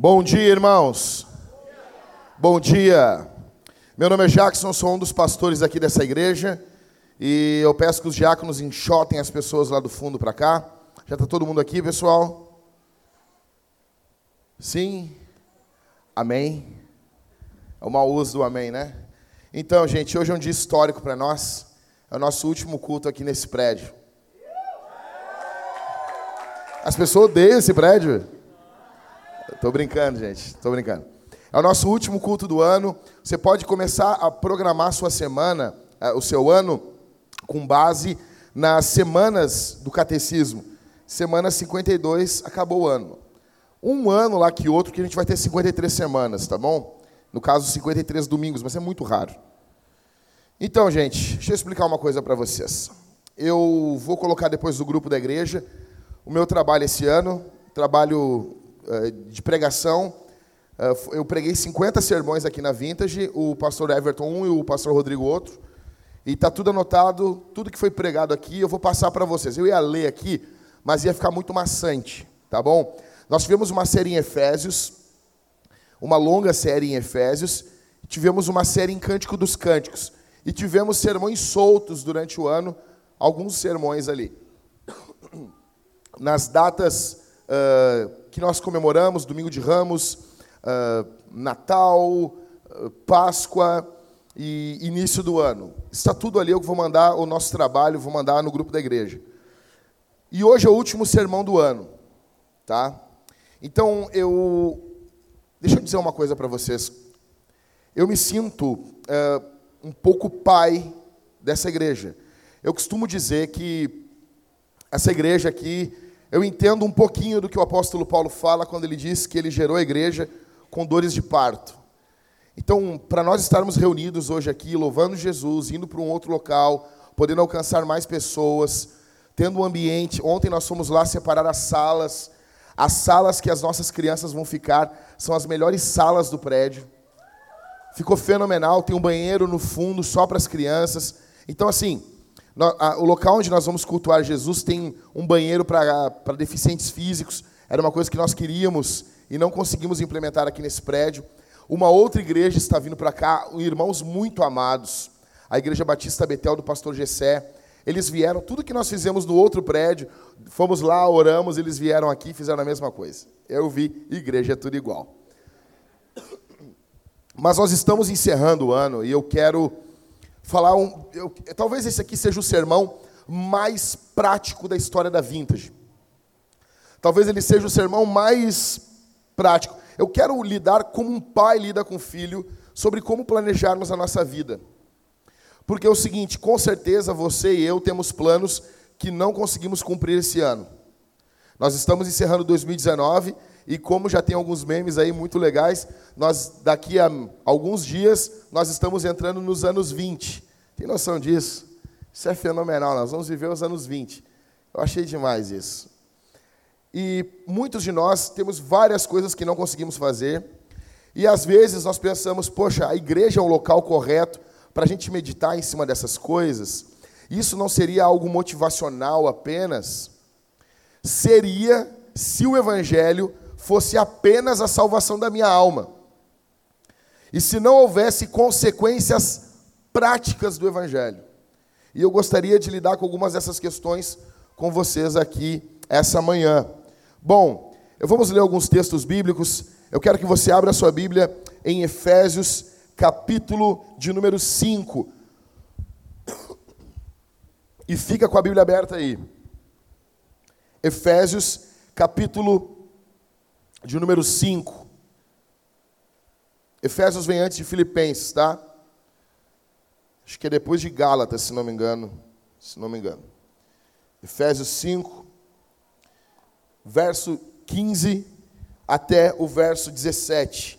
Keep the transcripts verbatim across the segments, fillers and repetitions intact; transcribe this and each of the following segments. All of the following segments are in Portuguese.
Bom dia, irmãos. Bom dia. Meu nome é Jackson, sou um dos pastores aqui dessa igreja e eu peço que os diáconos enxotem as pessoas lá do fundo para cá. Já está todo mundo aqui, pessoal? Sim? Amém? É o mau uso do amém, né? Então, gente, hoje é um dia histórico para nós. É o nosso último culto aqui nesse prédio. As pessoas odeiam esse prédio. Estou brincando, gente. Estou brincando. É o nosso último culto do ano. Você pode começar a programar a sua semana, o seu ano, com base nas semanas do catecismo. Semana cinquenta e dois, acabou o ano. Um ano lá que outro, que a gente vai ter cinquenta e três semanas, tá bom? No caso, cinquenta e três domingos, mas é muito raro. Então, gente, deixa eu explicar uma coisa para vocês. Eu vou colocar depois do grupo da igreja o meu trabalho esse ano, trabalho uh, de pregação. Uh, eu preguei cinquenta sermões aqui na Vintage, o pastor Everton um e o pastor Rodrigo outro. E está tudo anotado, tudo que foi pregado aqui, eu vou passar para vocês. Eu ia ler aqui, mas ia ficar muito maçante, tá bom? Nós tivemos uma série em Efésios, uma longa série em Efésios, tivemos uma série em Cântico dos Cânticos, e tivemos sermões soltos durante o ano, alguns sermões ali. Nas datas uh, que nós comemoramos, Domingo de Ramos, uh, Natal, uh, Páscoa e início do ano. Está tudo ali, eu vou mandar o nosso trabalho, vou mandar no grupo da igreja. E hoje é o último sermão do ano, tá? Então, eu... Deixa eu dizer uma coisa para vocês. Eu me sinto uh, um pouco pai dessa igreja. Eu costumo dizer que essa igreja aqui, eu entendo um pouquinho do que o apóstolo Paulo fala quando ele diz que ele gerou a igreja com dores de parto. Então, para nós estarmos reunidos hoje aqui, louvando Jesus, indo para um outro local, podendo alcançar mais pessoas, tendo um ambiente. Ontem nós fomos lá separar as salas. As salas que as nossas crianças vão ficar são as melhores salas do prédio. Ficou fenomenal, tem um banheiro no fundo só para as crianças. Então, assim, o local onde nós vamos cultuar Jesus tem um banheiro para para deficientes físicos. Era uma coisa que nós queríamos e não conseguimos implementar aqui nesse prédio. Uma outra igreja está vindo para cá, irmãos muito amados. A Igreja Batista Betel do pastor Gessé. Eles vieram, tudo que nós fizemos no outro prédio, fomos lá, oramos, eles vieram aqui e fizeram a mesma coisa. Eu vi, igreja é tudo igual. Mas nós estamos encerrando o ano e eu quero falar, um, eu, talvez esse aqui seja o sermão mais prático da história da Vintage. Talvez ele seja o sermão mais prático. Eu quero lidar como um pai lida com o filho sobre como planejarmos a nossa vida. Porque é o seguinte, com certeza você e eu temos planos que não conseguimos cumprir esse ano. Nós estamos encerrando dois mil e dezenove e como já tem alguns memes aí muito legais, nós daqui a alguns dias nós estamos entrando nos anos vinte. Tem noção disso? Isso é fenomenal, nós vamos viver os anos vinte. Eu achei demais isso. E muitos de nós temos várias coisas que não conseguimos fazer e às vezes nós pensamos, poxa, a igreja é o local correto para a gente meditar em cima dessas coisas. Isso não seria algo motivacional apenas? Seria se o Evangelho fosse apenas a salvação da minha alma. E se não houvesse consequências práticas do Evangelho. E eu gostaria de lidar com algumas dessas questões com vocês aqui essa manhã. Bom, eu vamos ler alguns textos bíblicos. Eu quero que você abra a sua Bíblia em Efésios, capítulo de número cinco. E fica com a Bíblia aberta aí. Efésios, capítulo de número cinco. Efésios vem antes de Filipenses, tá? Acho que é depois de Gálatas, se não me engano. Se não me engano. Efésios cinco, verso quinze até o verso dezessete.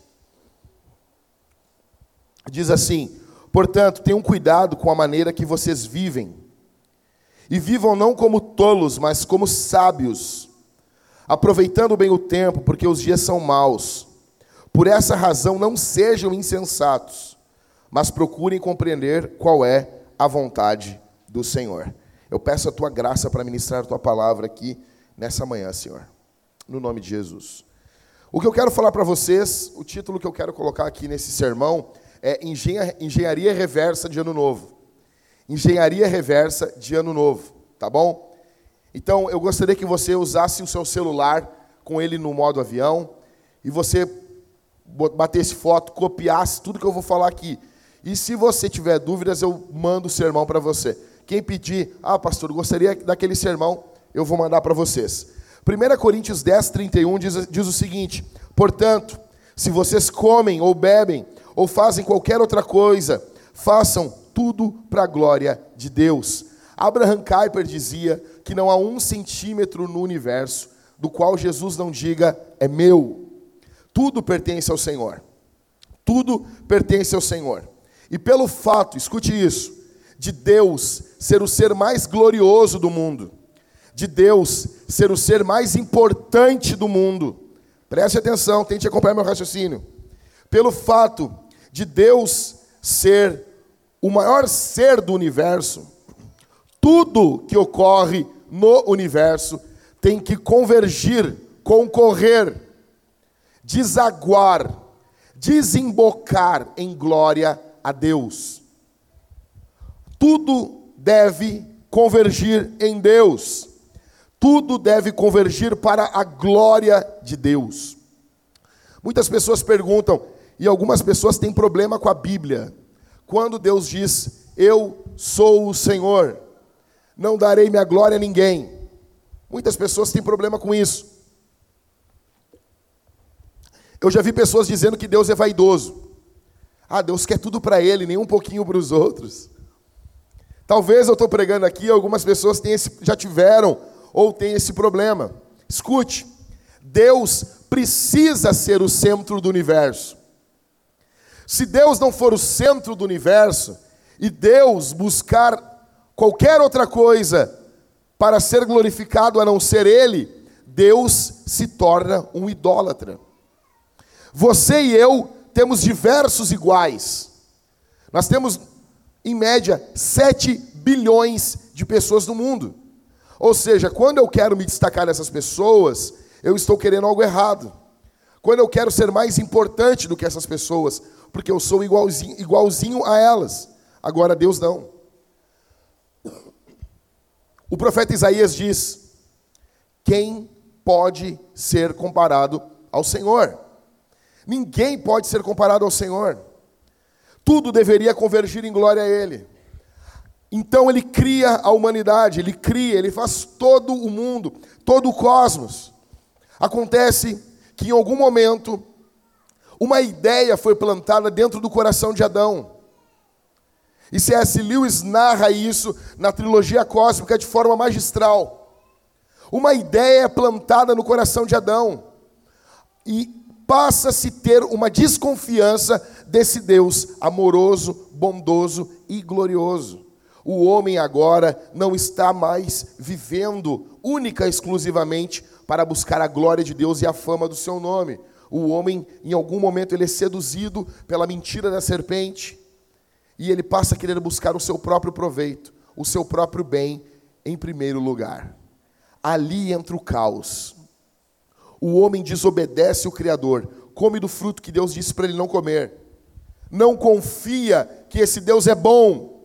Diz assim: portanto, tenham cuidado com a maneira que vocês vivem. E vivam não como tolos, mas como sábios, aproveitando bem o tempo, porque os dias são maus. Por essa razão, não sejam insensatos, mas procurem compreender qual é a vontade do Senhor. Eu peço a tua graça para ministrar a tua palavra aqui nessa manhã, Senhor. No nome de Jesus. O que eu quero falar para vocês, o título que eu quero colocar aqui nesse sermão é Engenharia Reversa de Ano Novo. Engenharia Reversa de Ano Novo, tá bom? Então, eu gostaria que você usasse o seu celular com ele no modo avião e você batesse foto, copiasse tudo que eu vou falar aqui. E se você tiver dúvidas, eu mando o sermão para você. Quem pedir, ah, pastor, gostaria daquele sermão, eu vou mandar para vocês. primeira Coríntios dez, trinta e um diz, diz o seguinte: portanto, se vocês comem ou bebem ou fazem qualquer outra coisa, façam tudo para a glória de Deus. Abraham Kuyper dizia que não há um centímetro no universo do qual Jesus não diga, é meu. Tudo pertence ao Senhor. Tudo pertence ao Senhor. E pelo fato, escute isso, de Deus ser o ser mais glorioso do mundo, de Deus ser o ser mais importante do mundo, preste atenção, tente acompanhar meu raciocínio. Pelo fato de Deus ser o maior ser do universo, tudo que ocorre no universo tem que convergir, concorrer, desaguar, desembocar em glória a Deus. Tudo deve convergir em Deus. Tudo deve convergir para a glória de Deus. Muitas pessoas perguntam, e algumas pessoas têm problema com a Bíblia. Quando Deus diz, eu sou o Senhor, não darei minha glória a ninguém. Muitas pessoas têm problema com isso. Eu já vi pessoas dizendo que Deus é vaidoso. Ah, Deus quer tudo para Ele, nem um pouquinho para os outros. Talvez eu estou pregando aqui, algumas pessoas têm esse, já tiveram ou têm esse problema. Escute, Deus precisa ser o centro do universo. Se Deus não for o centro do universo, e Deus buscar qualquer outra coisa para ser glorificado a não ser Ele, Deus se torna um idólatra. Você e eu temos diversos iguais. Nós temos, em média, sete bilhões de pessoas no mundo. Ou seja, quando eu quero me destacar dessas pessoas, eu estou querendo algo errado. Quando eu quero ser mais importante do que essas pessoas, porque eu sou igualzinho, igualzinho a elas. Agora Deus não. O profeta Isaías diz, quem pode ser comparado ao Senhor? Ninguém pode ser comparado ao Senhor. Tudo deveria convergir em glória a Ele. Então Ele cria a humanidade, Ele cria, Ele faz todo o mundo, todo o cosmos. Acontece que em algum momento, uma ideia foi plantada dentro do coração de Adão. E C S Lewis narra isso na trilogia cósmica de forma magistral. Uma ideia é plantada no coração de Adão. E passa-se a ter uma desconfiança desse Deus amoroso, bondoso e glorioso. O homem agora não está mais vivendo única e exclusivamente para buscar a glória de Deus e a fama do seu nome. O homem, em algum momento, ele é seduzido pela mentira da serpente e ele passa a querer buscar o seu próprio proveito, o seu próprio bem em primeiro lugar. Ali entra o caos. O homem desobedece o Criador, come do fruto que Deus disse para ele não comer. Não confia que esse Deus é bom.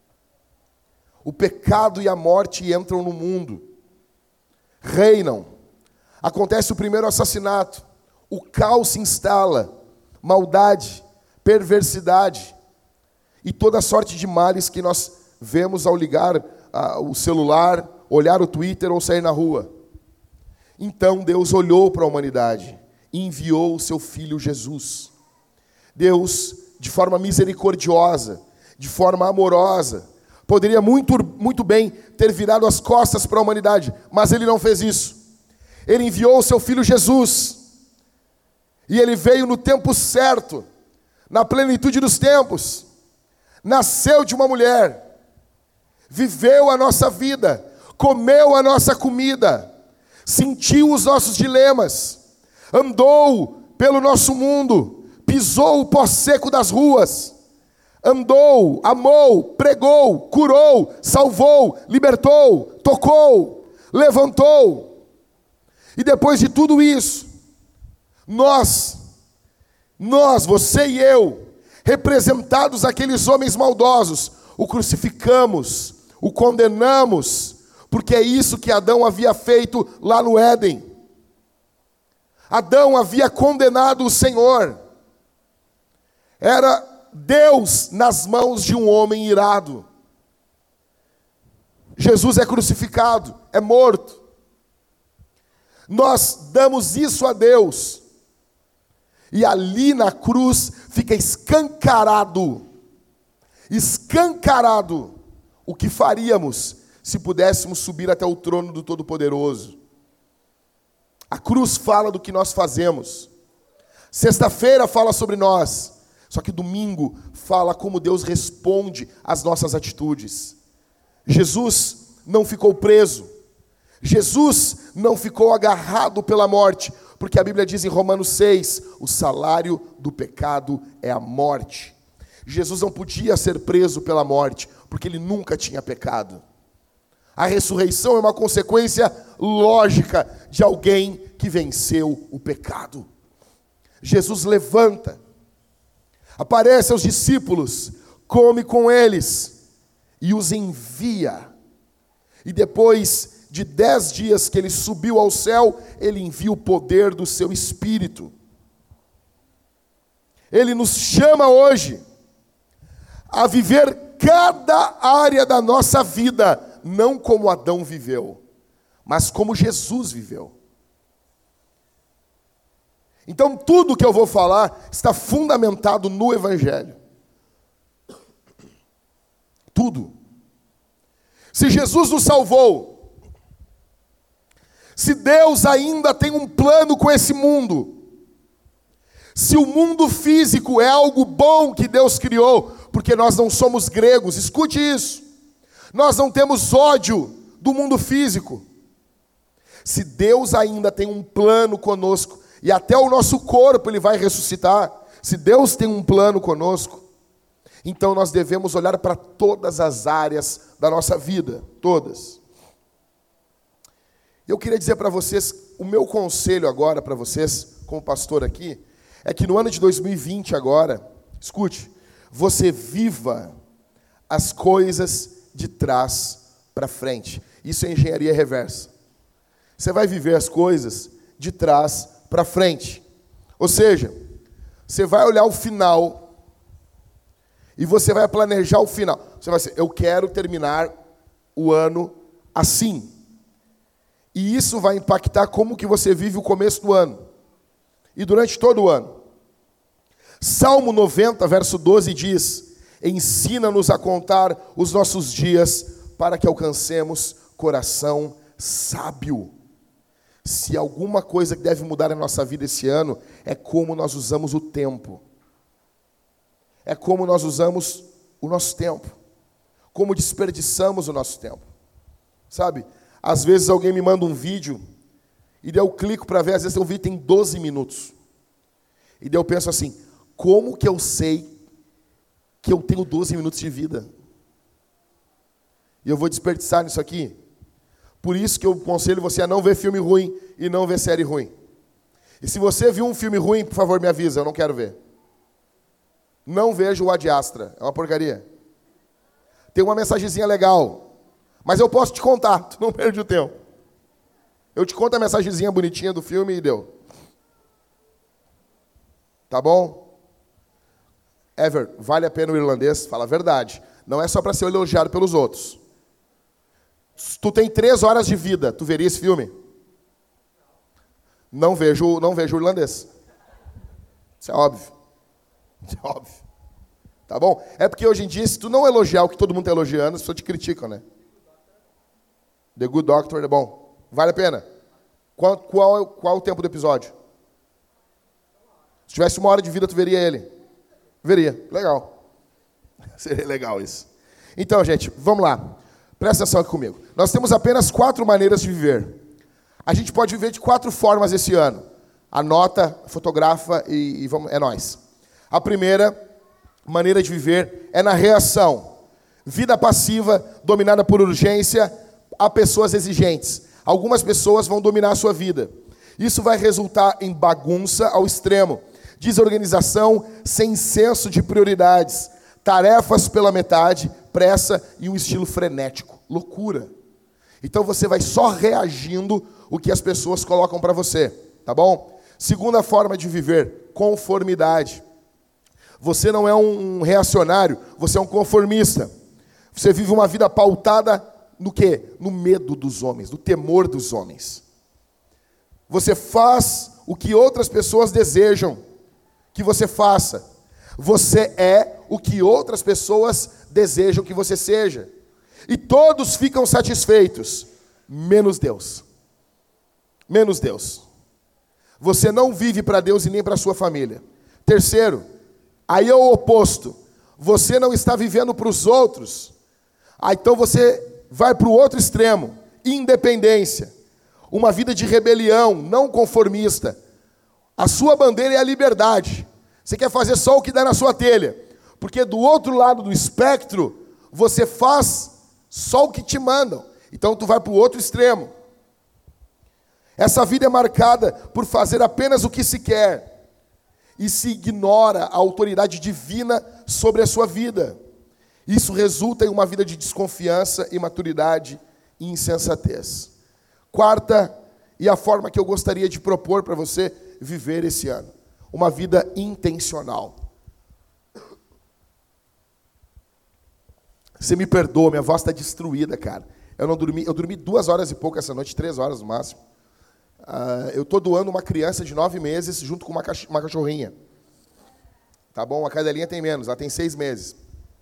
O pecado e a morte entram no mundo. Reinam. Acontece o primeiro assassinato. O caos se instala. Maldade, perversidade e toda sorte de males que nós vemos ao ligar ah, o celular, olhar o Twitter ou sair na rua. Então Deus olhou para a humanidade e enviou o seu Filho Jesus. Deus, de forma misericordiosa, de forma amorosa, poderia muito, muito bem ter virado as costas para a humanidade, mas Ele não fez isso. Ele enviou o seu Filho Jesus. E Ele veio no tempo certo, na plenitude dos tempos. Nasceu de uma mulher, viveu a nossa vida, comeu a nossa comida, sentiu os nossos dilemas, andou pelo nosso mundo, pisou o pó seco das ruas, andou, amou, pregou, curou, salvou, libertou, tocou, levantou. E depois de tudo isso, Nós, nós, você e eu, representados aqueles homens maldosos, o crucificamos, o condenamos, porque é isso que Adão havia feito lá no Éden. Adão havia condenado o Senhor. Era Deus nas mãos de um homem irado. Jesus é crucificado, é morto. Nós damos isso a Deus. E ali na cruz fica escancarado, escancarado o que faríamos se pudéssemos subir até o trono do Todo-Poderoso. A cruz fala do que nós fazemos. Sexta-feira fala sobre nós. Só que domingo fala como Deus responde às nossas atitudes. Jesus não ficou preso. Jesus não ficou agarrado pela morte. Porque a Bíblia diz em Romanos seis, o salário do pecado é a morte. Jesus não podia ser preso pela morte, porque ele nunca tinha pecado. A ressurreição é uma consequência lógica de alguém que venceu o pecado. Jesus levanta, aparece aos discípulos, come com eles e os envia. E depois de dez dias que ele subiu ao céu, ele envia o poder do seu Espírito. Ele nos chama hoje a viver cada área da nossa vida, não como Adão viveu, mas como Jesus viveu. Então tudo que eu vou falar está fundamentado no Evangelho. Tudo. Se Jesus nos salvou, se Deus ainda tem um plano com esse mundo, se o mundo físico é algo bom que Deus criou, porque nós não somos gregos, escute isso, nós não temos ódio do mundo físico. Se Deus ainda tem um plano conosco, e até o nosso corpo Ele vai ressuscitar, se Deus tem um plano conosco, então nós devemos olhar para todas as áreas da nossa vida, todas. Eu queria dizer para vocês, o meu conselho agora para vocês, como pastor aqui, é que no ano de dois mil e vinte agora, escute, você viva as coisas de trás para frente. Isso é engenharia reversa. Você vai viver as coisas de trás para frente. Ou seja, você vai olhar o final e você vai planejar o final. Você vai dizer, eu quero terminar o ano assim. E isso vai impactar como que você vive o começo do ano. E durante todo o ano. Salmo noventa, verso doze diz, ensina-nos a contar os nossos dias para que alcancemos coração sábio. Se alguma coisa que deve mudar na nossa vida esse ano, é como nós usamos o tempo. É como nós usamos o nosso tempo. Como desperdiçamos o nosso tempo. Sabe? Às vezes alguém me manda um vídeo, e daí eu clico para ver, às vezes o vídeo tem doze minutos. E daí eu penso assim, como que eu sei que eu tenho doze minutos de vida? E eu vou desperdiçar nisso aqui? Por isso que eu aconselho você a não ver filme ruim e não ver série ruim. E se você viu um filme ruim, por favor, me avisa, eu não quero ver. Não vejo o Ad Astra, é uma porcaria. Tem uma mensagenzinha legal, mas eu posso te contar, tu não perde o tempo. Eu te conto a mensagenzinha bonitinha do filme e deu. Tá bom? Ever, vale a pena o irlandês? Fala a verdade. Não é só para ser elogiado pelos outros. Tu tem três horas de vida, tu veria esse filme? Não vejo, não vejo o irlandês. Isso é óbvio. Isso é óbvio. Tá bom? É porque hoje em dia, se tu não elogiar o que todo mundo está elogiando, as pessoas te criticam, né? The Good Doctor é bom. Vale a pena? Qual, qual, qual o tempo do episódio? Se tivesse uma hora de vida, tu veria ele? Veria. Legal. Seria legal isso. Então, gente, vamos lá. Presta atenção aqui comigo. Nós temos apenas quatro maneiras de viver. A gente pode viver de quatro formas esse ano. Anota, fotografa e, e vamos, é nóis. A primeira maneira de viver é na reação. Vida passiva, dominada por urgência, há pessoas exigentes. Algumas pessoas vão dominar a sua vida. Isso vai resultar em bagunça ao extremo, desorganização sem senso de prioridades, tarefas pela metade, pressa e um estilo frenético. Loucura. Então você vai só reagindo o que as pessoas colocam para você, tá bom? Segunda forma de viver, conformidade. Você não é um reacionário, você é um conformista. Você vive uma vida pautada no quê? No medo dos homens, no temor dos homens. Você faz o que outras pessoas desejam que você faça. Você é o que outras pessoas desejam que você seja. E todos ficam satisfeitos, menos Deus. Menos Deus. Você não vive para Deus e nem para a sua família. Terceiro, aí é o oposto. Você não está vivendo para os outros. Ah, então você vai para o outro extremo. Independência. Uma vida de rebelião, não conformista. A sua bandeira é a liberdade. Você quer fazer só o que dá na sua telha. Porque do outro lado do espectro, você faz só o que te mandam. Então tu vai para o outro extremo. Essa vida é marcada por fazer apenas o que se quer. E se ignora a autoridade divina sobre a sua vida. Isso resulta em uma vida de desconfiança, imaturidade e insensatez. Quarta, e a forma que eu gostaria de propor para você viver esse ano. Uma vida intencional. Você me perdoa, minha voz está destruída, cara. Eu não dormi, eu dormi duas horas e pouco essa noite, três horas no máximo. Uh, eu estou doando uma criança de nove meses junto com uma, cach- uma cachorrinha. Tá bom? A cadelinha tem menos, ela tem seis meses.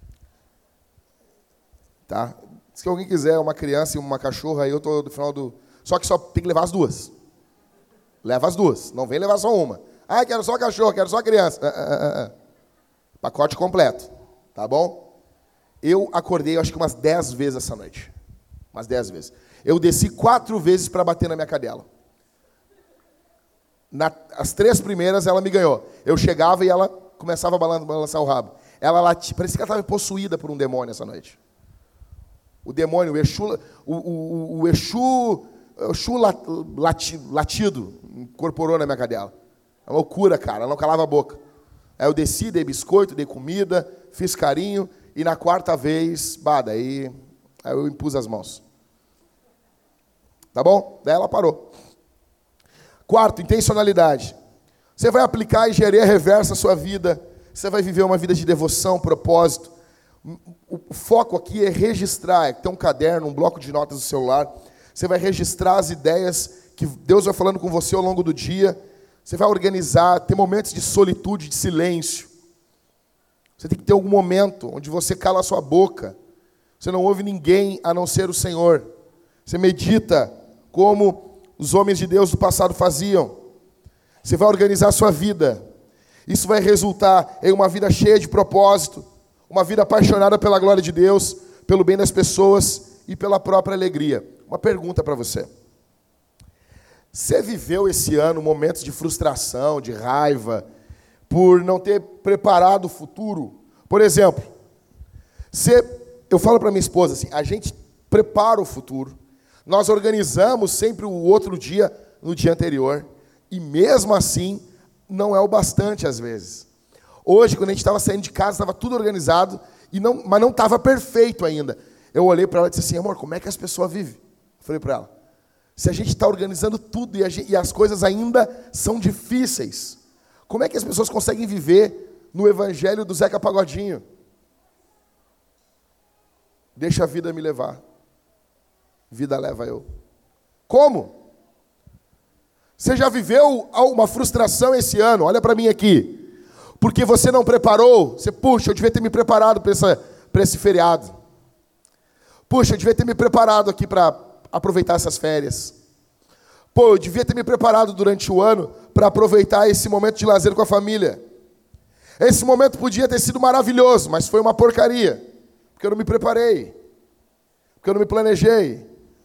Tá? Se alguém quiser uma criança e uma cachorra, aí eu estou no final do... Só que só tem que levar as duas. Leva as duas, não vem levar só uma. Ah, quero só cachorro, quero só criança. Ah, ah, ah, ah. Pacote completo, tá bom? Eu acordei, acho que umas dez vezes essa noite. Umas dez vezes. Eu desci quatro vezes para bater na minha cadela. Na, as três primeiras ela me ganhou. Eu chegava e ela começava a balan- balançar o rabo. Ela latia, parecia que ela estava possuída por um demônio essa noite. O demônio, o Exu, o, o, o Exu, o Exu lati, latido, incorporou na minha cadela. É uma loucura, cara, ela não calava a boca. Aí eu desci, dei biscoito, dei comida, fiz carinho, e na quarta vez, bah, daí, aí eu impus as mãos. Tá bom? Daí ela parou. Quarto, intencionalidade. Você vai aplicar a engenharia reversa à sua vida. Você vai viver uma vida de devoção, propósito. O foco aqui é registrar, é ter um caderno, um bloco de notas do celular. Você vai registrar as ideias que Deus vai falando com você ao longo do dia. Você vai organizar, ter momentos de solitude, de silêncio. Você tem que ter algum momento onde você cala a sua boca. Você não ouve ninguém a não ser o Senhor. Você medita como os homens de Deus do passado faziam. Você vai organizar a sua vida. Isso vai resultar em uma vida cheia de propósito, uma vida apaixonada pela glória de Deus, pelo bem das pessoas e pela própria alegria. Uma pergunta para você. Você viveu esse ano momentos de frustração, de raiva, por não ter preparado o futuro? Por exemplo, você, eu falo para minha esposa assim, a gente prepara o futuro, nós organizamos sempre o outro dia no dia anterior, e mesmo assim, não é o bastante às vezes. Hoje, quando a gente estava saindo de casa, estava tudo organizado, e não, mas não estava perfeito ainda. Eu olhei para ela e disse assim, amor, como é que as pessoas vivem? Eu falei para ela, se a gente está organizando tudo e, a gente, e as coisas ainda são difíceis, como é que as pessoas conseguem viver no evangelho do Zeca Pagodinho? Deixa a vida me levar. Vida leva eu. Como? Você já viveu uma frustração esse ano? Olha para mim aqui. Porque você não preparou. Você, puxa, eu devia ter me preparado para esse feriado. Puxa, eu devia ter me preparado aqui para aproveitar essas férias. Pô, eu devia ter me preparado durante o ano para aproveitar esse momento de lazer com a família. Esse momento podia ter sido maravilhoso, mas foi uma porcaria. Porque eu não me preparei. Porque eu não me planejei.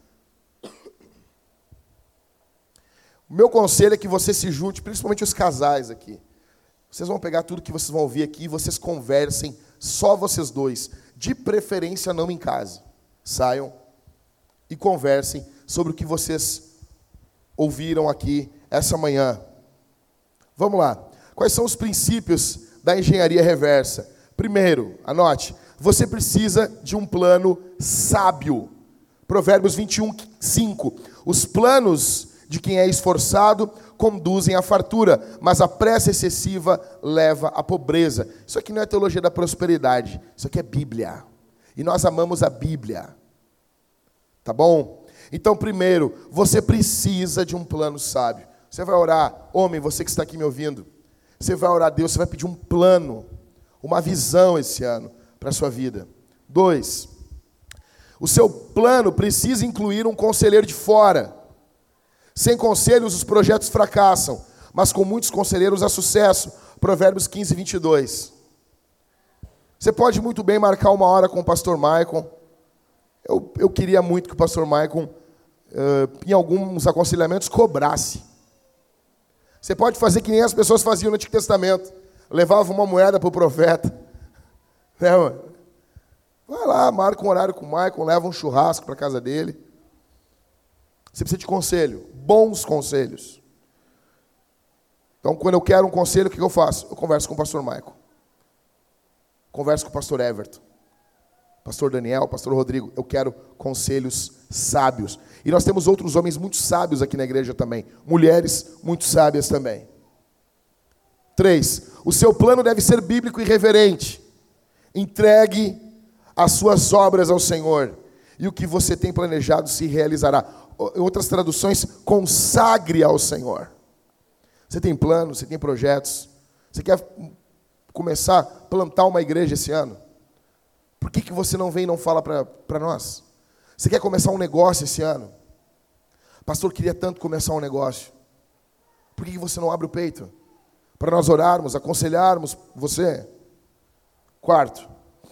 O meu conselho é que você se junte, principalmente os casais aqui. Vocês vão pegar tudo que vocês vão ouvir aqui e vocês conversem, só vocês dois. De preferência, não em casa. Saiam e conversem sobre o que vocês ouviram aqui essa manhã. Vamos lá. Quais são os princípios da engenharia reversa? Primeiro, anote, você precisa de um plano sábio. Provérbios vinte e um, cinco. Os planos de quem é esforçado conduzem à fartura, mas a pressa excessiva leva à pobreza. Isso aqui não é teologia da prosperidade, isso aqui é Bíblia. E nós amamos a Bíblia. Tá bom? Então, primeiro, você precisa de um plano sábio. Você vai orar, homem, você que está aqui me ouvindo, você vai orar a Deus, você vai pedir um plano, uma visão esse ano para a sua vida. Dois, o seu plano precisa incluir um conselheiro de fora. Sem conselhos, os projetos fracassam, mas com muitos conselheiros há sucesso. Provérbios quinze, vinte e dois. Você pode muito bem marcar uma hora com o pastor Maicon. Eu, eu queria muito que o pastor Maicon, uh, em alguns aconselhamentos, cobrasse. Você pode fazer que nem as pessoas faziam no Antigo Testamento. Levavam uma moeda para o profeta. Né, mano? Vai lá, marca um horário com o Maicon, leva um churrasco para a casa dele. Você precisa de conselho, bons conselhos. Então, quando eu quero um conselho, o que eu faço? Eu converso com o pastor Maicon. Converso com o pastor Everton. Pastor Daniel, pastor Rodrigo. Eu quero conselhos sábios. E nós temos outros homens muito sábios aqui na igreja também. Mulheres muito sábias também. Três, o seu plano deve ser bíblico e reverente. Entregue as suas obras ao Senhor. E o que você tem planejado se realizará. Em outras traduções, consagre ao Senhor. Você tem planos, você tem projetos. Você quer começar a plantar uma igreja esse ano? Por que, que você não vem e não fala para nós? Você quer começar um negócio esse ano? Pastor, queria tanto começar um negócio. Por que, que você não abre o peito? Para nós orarmos, aconselharmos você. Quarto,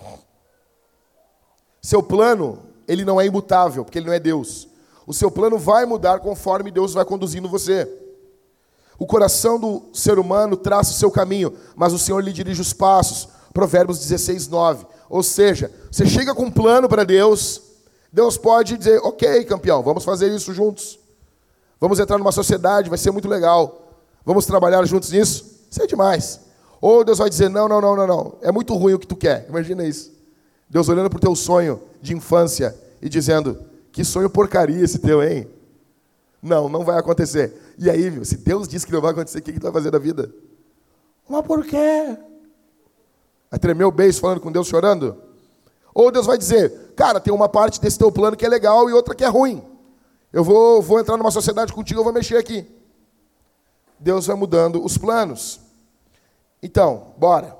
seu plano, ele não é imutável, porque ele não é Deus. O seu plano vai mudar conforme Deus vai conduzindo você. O coração do ser humano traça o seu caminho, mas o Senhor lhe dirige os passos. Provérbios dezesseis, nove. Ou seja, você chega com um plano para Deus, Deus pode dizer, ok, campeão, vamos fazer isso juntos. Vamos entrar numa sociedade, vai ser muito legal. Vamos trabalhar juntos nisso? Isso é demais. Ou Deus vai dizer, não, não, não, não, não. É muito ruim o que tu quer. Imagina isso. Deus olhando para o teu sonho de infância e dizendo, que sonho porcaria esse teu, hein? Não, não vai acontecer. E aí, meu, se Deus disse que não vai acontecer, o que tu vai fazer da vida? Mas por quê? Vai tremer o beijo falando com Deus chorando? Ou Deus vai dizer, cara, tem uma parte desse teu plano que é legal e outra que é ruim. Eu vou, vou entrar numa sociedade contigo, eu vou mexer aqui. Deus vai mudando os planos. Então, bora.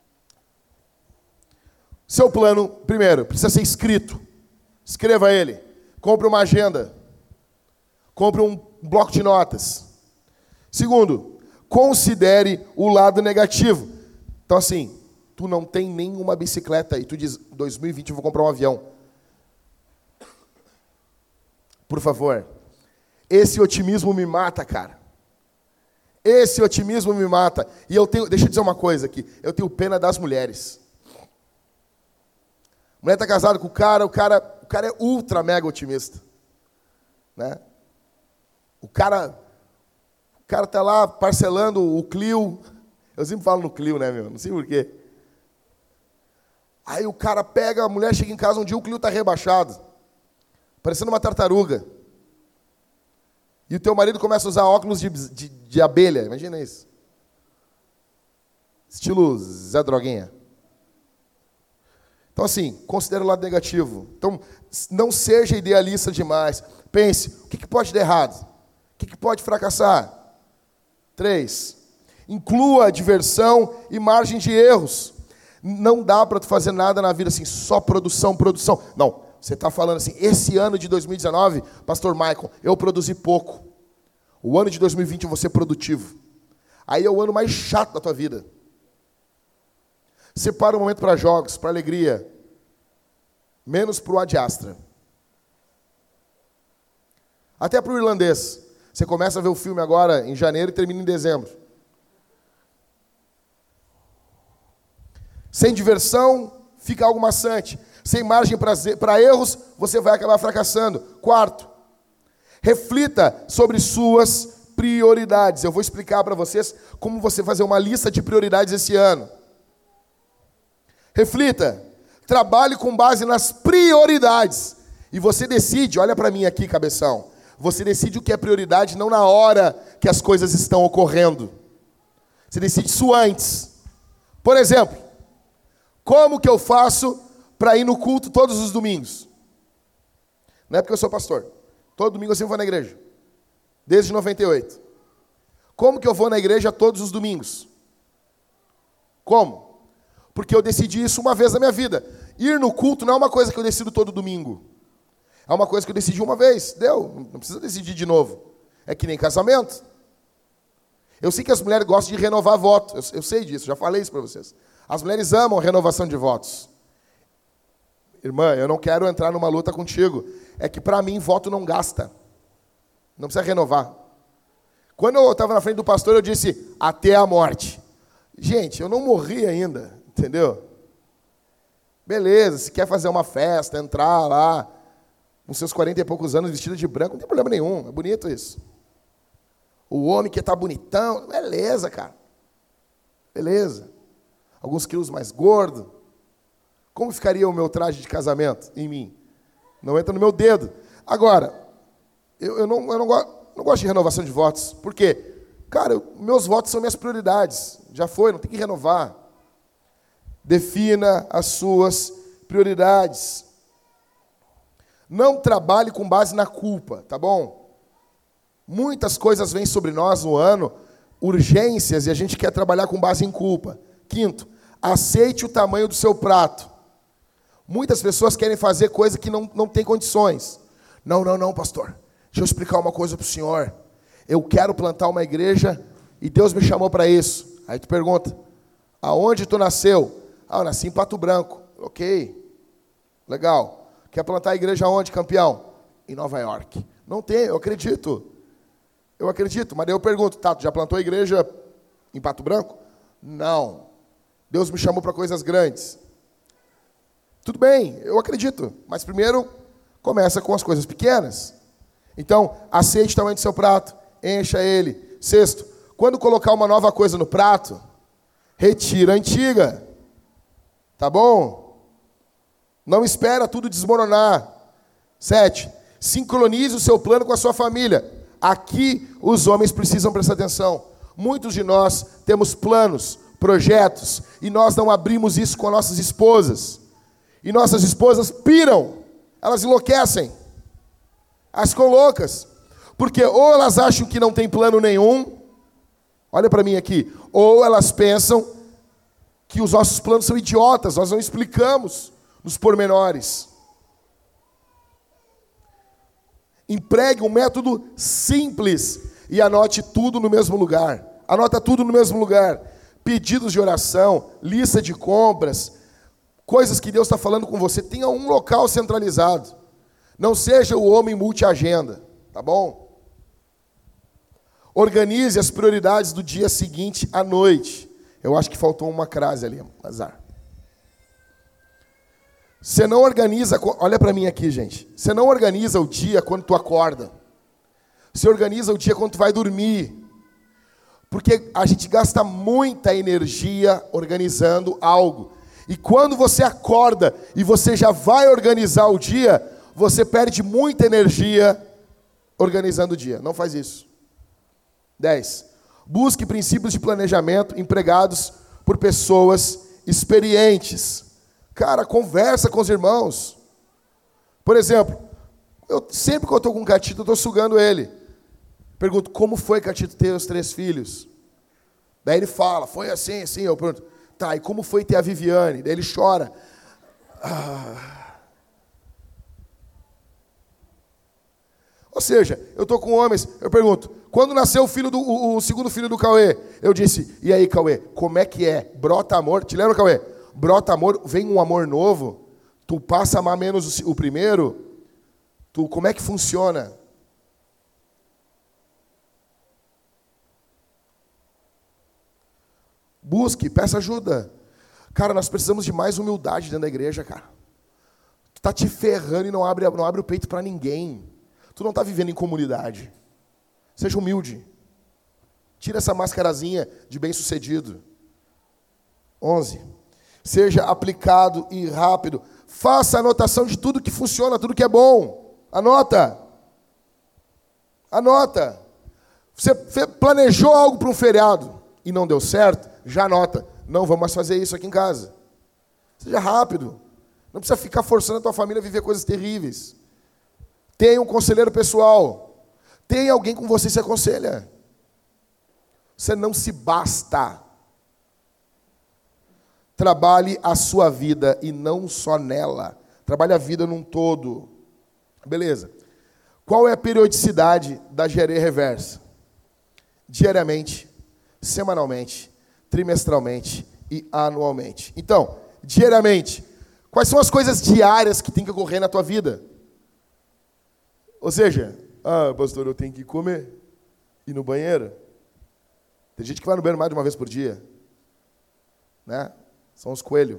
Seu plano, primeiro, precisa ser escrito. Escreva ele. Compre uma agenda. Compre um bloco de notas. Segundo, considere o lado negativo. Então, assim, tu não tem nenhuma bicicleta e tu diz, dois mil e vinte eu vou comprar um avião. Por favor. Esse otimismo me mata, cara. Esse otimismo me mata. E eu tenho, deixa eu dizer uma coisa aqui. Eu tenho pena das mulheres. A mulher está casada com o cara, o cara, o cara é ultra mega otimista. Né? O cara o cara está lá parcelando o Clio. Eu sempre falo no Clio, né, meu? Não sei porquê. Aí o cara pega, a mulher chega em casa um dia, o Clio está rebaixado. Parecendo uma tartaruga. E o teu marido começa a usar óculos de, de, de abelha. Imagina isso. Estilo Zé Droguinha. Então, assim, considere o lado negativo. Então, não seja idealista demais. Pense, o que, que pode dar errado? O que, que pode fracassar? Três, inclua diversão e margem de erros. Não dá para tu fazer nada na vida assim, só produção, produção. Não, você está falando assim, esse ano de dois mil e dezenove, pastor Michael, eu produzi pouco. O ano de dois mil e vinte eu vou ser produtivo. Aí é o ano mais chato da tua vida. Separa um momento para jogos, para alegria. Menos para o ad astra. Até para o irlandês. Você começa a ver o filme agora em janeiro e termina em dezembro. Sem diversão, fica algo maçante. Sem margem para erros, você vai acabar fracassando. Quarto, reflita sobre suas prioridades. Eu vou explicar para vocês como você fazer uma lista de prioridades esse ano. Reflita, trabalhe com base nas prioridades. E você decide, olha para mim aqui, cabeção. Você decide o que é prioridade não na hora que as coisas estão ocorrendo. Você decide isso antes. Por exemplo, como que eu faço para ir no culto todos os domingos? Não é porque eu sou pastor. Todo domingo eu sempre vou na igreja. Desde noventa e oito. Como que eu vou na igreja todos os domingos? Como? Porque eu decidi isso uma vez na minha vida. Ir no culto não é uma coisa que eu decido todo domingo. É uma coisa que eu decidi uma vez. Deu. Não precisa decidir de novo. É que nem casamento. Eu sei que as mulheres gostam de renovar voto. Eu, eu sei disso, já falei isso para vocês. As mulheres amam renovação de votos. Irmã, eu não quero entrar numa luta contigo. É que para mim voto não gasta. Não precisa renovar. Quando eu estava na frente do pastor, eu disse, até a morte. Gente, eu não morri ainda, entendeu? Beleza, se quer fazer uma festa, entrar lá, com seus quarenta e poucos anos, vestido de branco, não tem problema nenhum, é bonito isso. O homem que está bonitão, beleza, cara. Beleza. Alguns quilos mais gordo. Como ficaria o meu traje de casamento em mim? Não entra no meu dedo. Agora, eu, eu, não, eu não, go, não gosto de renovação de votos. Por quê? Cara, eu, meus votos são minhas prioridades. Já foi, não tem que renovar. Defina as suas prioridades. Não trabalhe com base na culpa, tá bom? Muitas coisas vêm sobre nós no ano, urgências, e a gente quer trabalhar com base em culpa. Quinto, aceite o tamanho do seu prato. Muitas pessoas querem fazer coisa que não, não tem condições. Não, não, não, pastor. Deixa eu explicar uma coisa para o senhor. Eu quero plantar uma igreja e Deus me chamou para isso. Aí tu pergunta, aonde tu nasceu? Ah, eu nasci em Pato Branco. Ok, legal. Quer plantar a igreja onde, campeão? Em Nova York. Não tem, eu acredito. Eu acredito, mas daí eu pergunto, tá, tu já plantou a igreja em Pato Branco? Não. Deus me chamou para coisas grandes. Tudo bem, eu acredito, mas primeiro começa com as coisas pequenas. Então, aceite o tamanho do seu prato, encha ele. Sexto, quando colocar uma nova coisa no prato, retira a antiga. Tá bom? Não espera tudo desmoronar. Sete, sincronize o seu plano com a sua família. Aqui os homens precisam prestar atenção. Muitos de nós temos planos, projetos, e nós não abrimos isso com as nossas esposas. E nossas esposas piram, elas enlouquecem, elas ficam loucas, porque ou elas acham que não tem plano nenhum, olha para mim aqui, ou elas pensam que os nossos planos são idiotas, nós não explicamos nos pormenores. Empregue um método simples e anote tudo no mesmo lugar. Anota tudo no mesmo lugar. Pedidos de oração, lista de compras, coisas que Deus está falando com você. Tenha um local centralizado. Não seja o homem multi-agenda, tá bom? Organize as prioridades do dia seguinte à noite. Eu acho que faltou uma crase ali, azar. Você não organiza, olha para mim aqui, gente. Você não organiza o dia quando tu acorda. Você organiza o dia quando tu vai dormir. Porque a gente gasta muita energia organizando algo. E quando você acorda e você já vai organizar o dia, você perde muita energia organizando o dia. Não faz isso. dez. Busque princípios de planejamento empregados por pessoas experientes. Cara, conversa com os irmãos. Por exemplo, eu, sempre que eu estou com o Catito, eu estou sugando ele. Pergunto, como foi, Catito, ter os três filhos? Daí ele fala, foi assim, assim. Eu pergunto, tá, e como foi ter a Viviane? Daí ele chora. Ah. Ou seja, eu estou com homens, eu pergunto, quando nasceu o, filho do, o, o segundo filho do Cauê? Eu disse, e aí, Cauê, como é que é? Brota amor? Te lembra, Cauê? Brota amor, vem um amor novo, tu passa a amar menos o, o primeiro, tu, como é que funciona? Busque, peça ajuda. Cara, nós precisamos de mais humildade dentro da igreja, cara. Tu tá te ferrando e não abre, não abre o peito para ninguém. Tu não tá vivendo em comunidade. Seja humilde. Tira essa mascarazinha de bem-sucedido. onze. Seja aplicado e rápido. Faça anotação de tudo que funciona, tudo que é bom. Anota. Anota. Você planejou algo para um feriado e não deu certo, já anota. Não vamos mais fazer isso aqui em casa. Seja rápido. Não precisa ficar forçando a tua família a viver coisas terríveis. Tenha um conselheiro pessoal. Tenha alguém com você que se aconselha. Você não se basta. Trabalhe a sua vida e não só nela. Trabalhe a vida num todo. Beleza. Qual é a periodicidade da engenharia reversa? Diariamente, semanalmente, trimestralmente e anualmente. Então, diariamente, quais são as coisas diárias que tem que ocorrer na tua vida? Ou seja, ah, pastor, eu tenho que comer, ir no banheiro. Tem gente que vai no banheiro mais de uma vez por dia. Né? São os coelhos.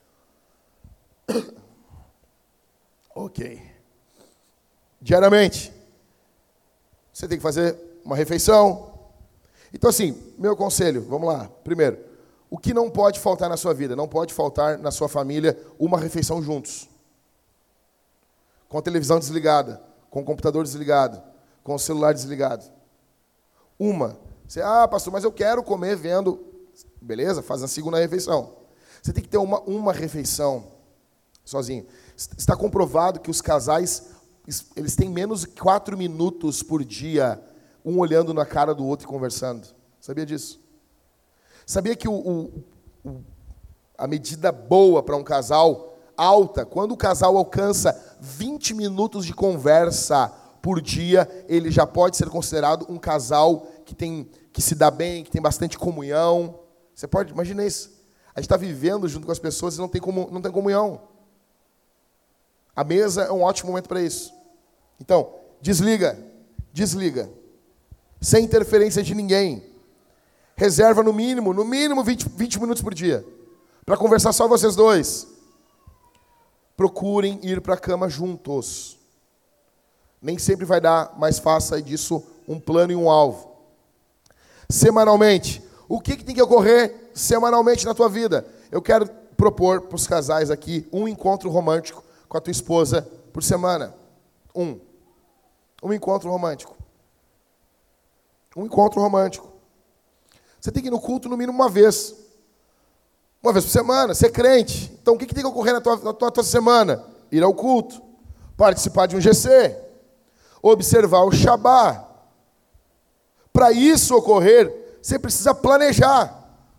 Ok. Diariamente, você tem que fazer uma refeição. Então, assim, meu conselho, vamos lá. Primeiro, o que não pode faltar na sua vida? Não pode faltar na sua família uma refeição juntos. Com a televisão desligada, com o computador desligado, com o celular desligado. Uma. Você, ah, pastor, mas eu quero comer vendo. Beleza, faz a segunda refeição. Você tem que ter uma, uma refeição sozinho. Está comprovado que os casais, eles têm menos de quatro minutos por dia, um olhando na cara do outro e conversando. Sabia disso? Sabia que o, o, o, a medida boa para um casal, alta, quando o casal alcança vinte minutos de conversa por dia, ele já pode ser considerado um casal que, tem, que se dá bem, que tem bastante comunhão. Você pode, imagina isso. A gente está vivendo junto com as pessoas e não tem, como, não tem comunhão. A mesa é um ótimo momento para isso. Então, desliga, desliga. Sem interferência de ninguém. Reserva no mínimo, no mínimo vinte, vinte minutos por dia. Para conversar só vocês dois. Procurem ir para a cama juntos. Nem sempre vai dar, mas faça disso um plano e um alvo. Semanalmente. O que, que tem que ocorrer semanalmente na tua vida? Eu quero propor para os casais aqui um encontro romântico com a tua esposa por semana. Um. Um encontro romântico. Um encontro romântico. Você tem que ir no culto no mínimo uma vez. Uma vez por semana, ser crente. Então, o que, que tem que ocorrer na tua, na tua, tua semana? Ir ao culto. Participar de um G C. Observar o Shabá. Para isso ocorrer, você precisa planejar.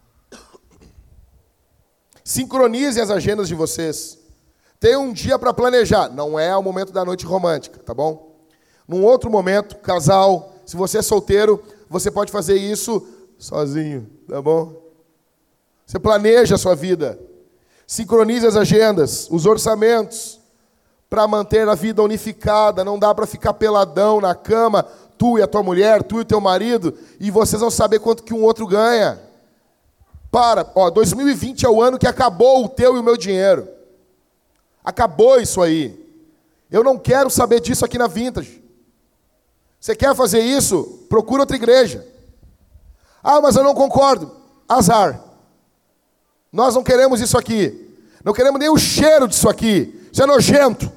Sincronizem as agendas de vocês. Tem um dia para planejar. Não é o momento da noite romântica, tá bom? Num outro momento, casal, se você é solteiro, você pode fazer isso sozinho, tá bom? Você planeja a sua vida. Sincronize as agendas, os orçamentos, para manter a vida unificada. Não dá para ficar peladão na cama, tu e a tua mulher, tu e o teu marido, e vocês vão saber quanto que um outro ganha. Para, ó, dois mil e vinte é o ano que acabou o teu e o meu dinheiro. Acabou isso aí. Eu não quero saber disso aqui na Vintage. Você quer fazer isso? Procura outra igreja. Ah, mas eu não concordo. Azar. Nós não queremos isso aqui. Não queremos nem o cheiro disso aqui. Isso é nojento.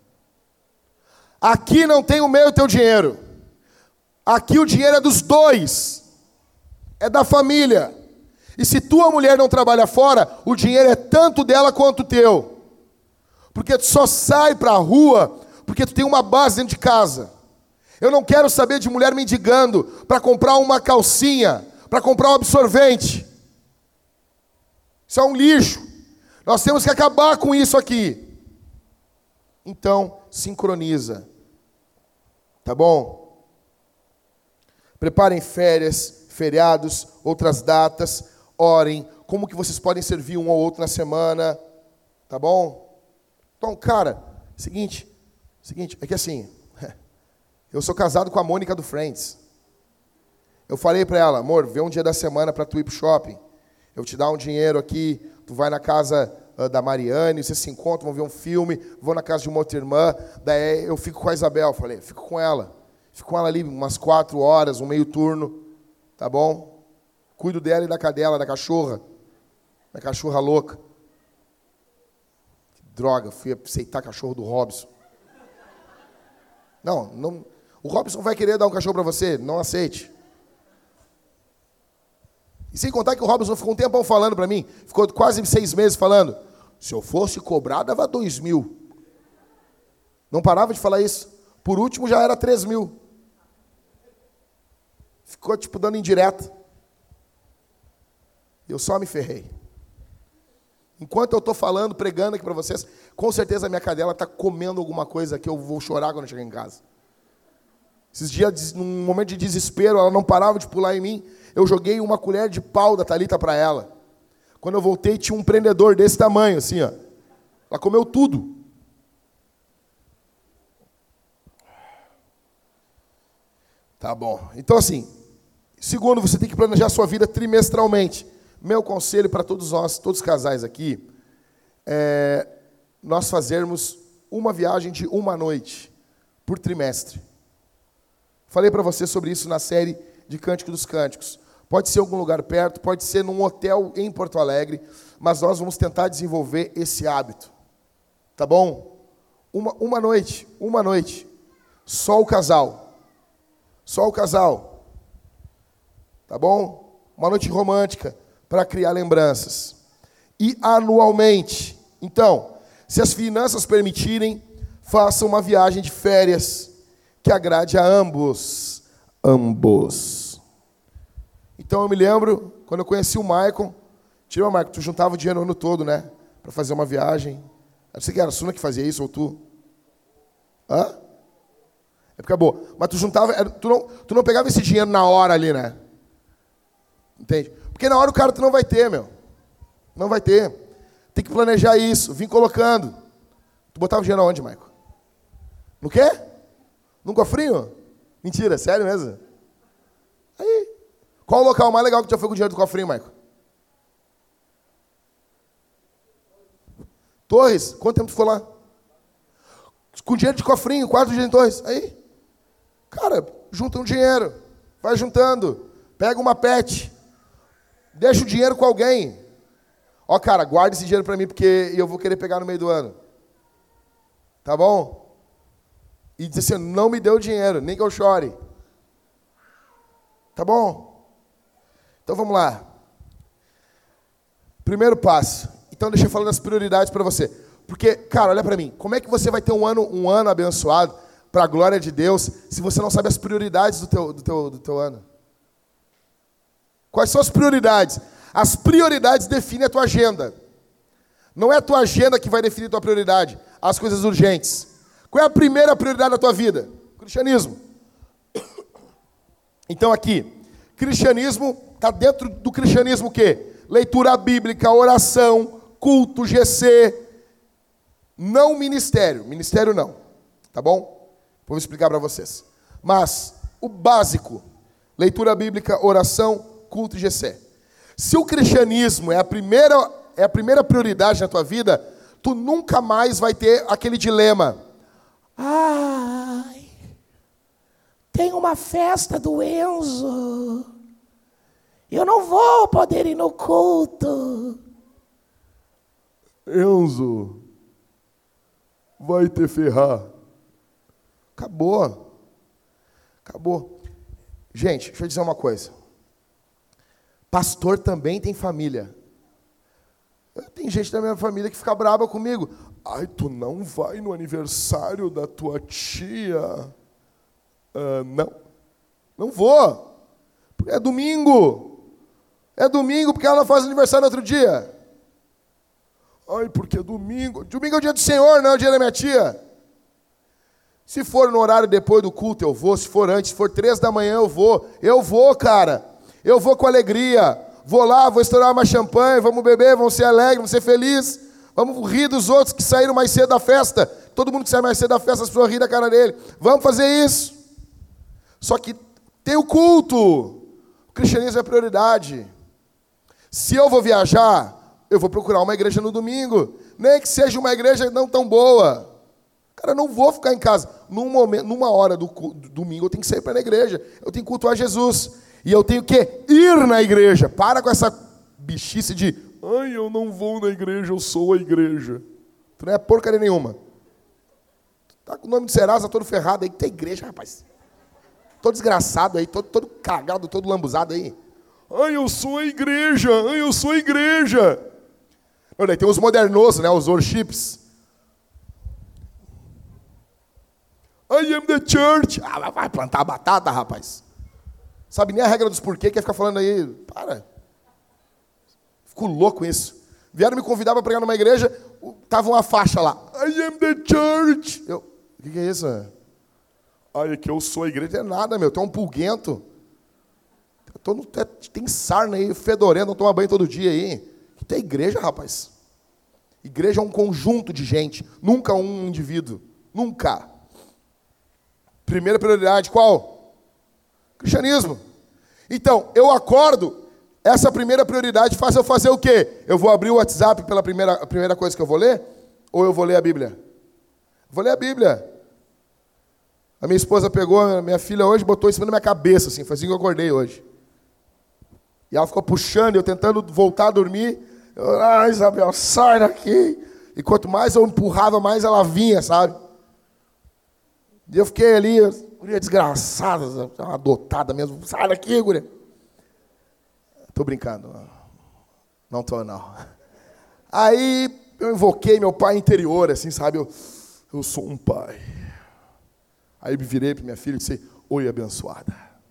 Aqui não tem o meu e o teu dinheiro. Aqui o dinheiro é dos dois. É da família. E se tua mulher não trabalha fora, o dinheiro é tanto dela quanto teu. Porque tu só sai para a rua porque tu tem uma base dentro de casa. Eu não quero saber de mulher mendigando para comprar uma calcinha, para comprar um absorvente. Isso é um lixo. Nós temos que acabar com isso aqui. Então, sincroniza. Tá bom? Preparem férias, feriados, outras datas. Orem. Como que vocês podem servir um ao outro na semana. Tá bom? Então, cara, seguinte. Seguinte, é que assim... Eu sou casado com a Mônica do Friends. Eu falei para ela, amor, vê um dia da semana para tu ir pro shopping. Eu te dar um dinheiro aqui, tu vai na casa uh, da Mariane, vocês se encontram, vão ver um filme, vou na casa de uma outra irmã, daí eu fico com a Isabel. Falei, fico com ela. Fico com ela ali umas quatro horas, um meio turno. Tá bom? Cuido dela e da cadela, da cachorra. Da cachorra louca. Que droga, fui aceitar cachorro do Robson. Não, não, o Robson vai querer dar um cachorro para você, não aceite. E sem contar que o Robson ficou um tempão falando para mim, ficou quase seis meses falando, se eu fosse cobrar, dava dois mil. Não parava de falar isso. Por último, já era três mil. Ficou, tipo, dando indireta. Eu só me ferrei. Enquanto eu estou falando, pregando aqui para vocês, com certeza a minha cadela está comendo alguma coisa que eu vou chorar quando eu chegar em casa. Esses dias, num momento de desespero, ela não parava de pular em mim. Eu joguei uma colher de pau da Thalita para ela. Quando eu voltei, tinha um prendedor desse tamanho, assim, ó. Ela comeu tudo. Tá bom. Então, assim, segundo, você tem que planejar a sua vida trimestralmente. Meu conselho para todos nós, todos os casais aqui, é nós fazermos uma viagem de uma noite por trimestre. Falei para você sobre isso na série de Cântico dos Cânticos. Pode ser em algum lugar perto, pode ser num hotel em Porto Alegre, mas nós vamos tentar desenvolver esse hábito. Tá bom? Uma, uma noite, uma noite. Só o casal. Só o casal. Tá bom? Uma noite romântica para criar lembranças. E anualmente. Então, se as finanças permitirem, faça uma viagem de férias que agrade a ambos. Ambos. Então eu me lembro, quando eu conheci o Maicon, tira o Maicon, tu juntava o dinheiro o ano todo, né? Para fazer uma viagem. Eu sei que era a Suna que fazia isso, ou tu? Hã? É porque é boa. Mas tu juntava, tu não, tu não pegava esse dinheiro na hora ali, né? Entende? Porque na hora o cara tu não vai ter, meu. Não vai ter. Tem que planejar isso, vim colocando. Tu botava o dinheiro aonde, Maicon? No quê? Num cofrinho? Mentira, sério mesmo? Aí. Qual o local mais legal que tu já foi com o dinheiro do cofrinho, Maicon? Torres? Quanto tempo tu ficou lá? Com dinheiro de cofrinho, quatro dias em Torres. Aí. Cara, junta um dinheiro. Vai juntando. Pega uma pet. Deixa o dinheiro com alguém. Ó, cara, guarda esse dinheiro pra mim, porque eu vou querer pegar no meio do ano. Tá bom? E diz assim, não me deu dinheiro, nem que eu chore. Tá bom? Então vamos lá. Primeiro passo. Então deixa eu falar das prioridades para você. Porque, cara, olha para mim. Como é que você vai ter um ano, um ano abençoado para a glória de Deus se você não sabe as prioridades do teu, do teu, do teu ano? Quais são as prioridades? As prioridades definem a tua agenda. Não é a tua agenda que vai definir a tua prioridade. As coisas urgentes. Qual é a primeira prioridade da tua vida? O cristianismo. Então aqui, cristianismo, está dentro do cristianismo o quê? Leitura bíblica, oração, culto, G C. Não ministério. Ministério não. Tá bom? Vou explicar para vocês. Mas o básico, leitura bíblica, oração, culto e G C. Se o cristianismo é a primeira, é a primeira prioridade na tua vida, tu nunca mais vai ter aquele dilema. Ai, tem uma festa do Enzo. Eu não vou poder ir no culto. Enzo, vai te ferrar. Acabou. Acabou. Gente, deixa eu dizer uma coisa. Pastor também tem família. Tem gente da minha família que fica brava comigo. Ai, tu não vai no aniversário da tua tia? Uh, não. Não vou. É domingo. É domingo porque ela faz aniversário no outro dia. Ai, porque é domingo. Domingo é o dia do Senhor, não é o dia da minha tia. Se for no horário depois do culto, eu vou. Se for antes, se for três da manhã, eu vou. Eu vou, cara. Eu vou com alegria. Vou lá, vou estourar uma champanhe, vamos beber, vamos ser alegres, vamos ser felizes. Vamos rir dos outros que saíram mais cedo da festa. Todo mundo que sai mais cedo da festa, as pessoas riem da cara dele. Vamos fazer isso. Só que tem o culto. O cristianismo é prioridade. Se eu vou viajar, eu vou procurar uma igreja no domingo. Nem que seja uma igreja não tão boa. Cara, eu não vou ficar em casa. Num momento, numa hora do, do domingo, eu tenho que sair para a igreja. Eu tenho que cultuar Jesus. E eu tenho que ir na igreja. Para com essa bichice de, ai, eu não vou na igreja, eu sou a igreja. Tu não é porcaria nenhuma. Tá com o nome de Serasa todo ferrado aí, que tem igreja, rapaz. Todo desgraçado aí, todo, todo cagado, todo lambuzado aí. Ai, eu sou a igreja, ai, eu sou a igreja. Olha aí, tem os modernosos, né, os worships. I am the church. Ah, vai plantar batata, rapaz. Sabe nem a regra dos porquê, quer ficar falando aí. Para. Fico louco com isso. Vieram me convidar para pregar numa igreja, tava uma faixa lá. I am the church. Eu, o que, que é isso? Ai, é que eu sou a igreja. É nada, meu. Tu é um pulguento. Eu tô no, tem sarna aí, fedorento, não toma banho todo dia aí. O que é igreja, rapaz? Igreja é um conjunto de gente, nunca um indivíduo. Nunca. Primeira prioridade, qual? Cristianismo. Então, eu acordo, essa primeira prioridade faz eu fazer o quê? Eu vou abrir o WhatsApp pela primeira, a primeira coisa que eu vou ler? Ou eu vou ler a Bíblia? Vou ler a Bíblia. A minha esposa pegou a minha filha hoje, botou em cima da minha cabeça, assim, foi assim que eu acordei hoje. E ela ficou puxando, eu tentando voltar a dormir. Eu, ah, Isabel, sai daqui. E quanto mais eu empurrava, mais ela vinha, sabe? E eu fiquei ali, guria desgraçada, uma adotada mesmo. Sai daqui, guria. Tô brincando. Não tô, não. Aí eu invoquei meu pai interior, assim, sabe? Eu, eu sou um pai. Aí me virei para minha filha e disse, oi, abençoada.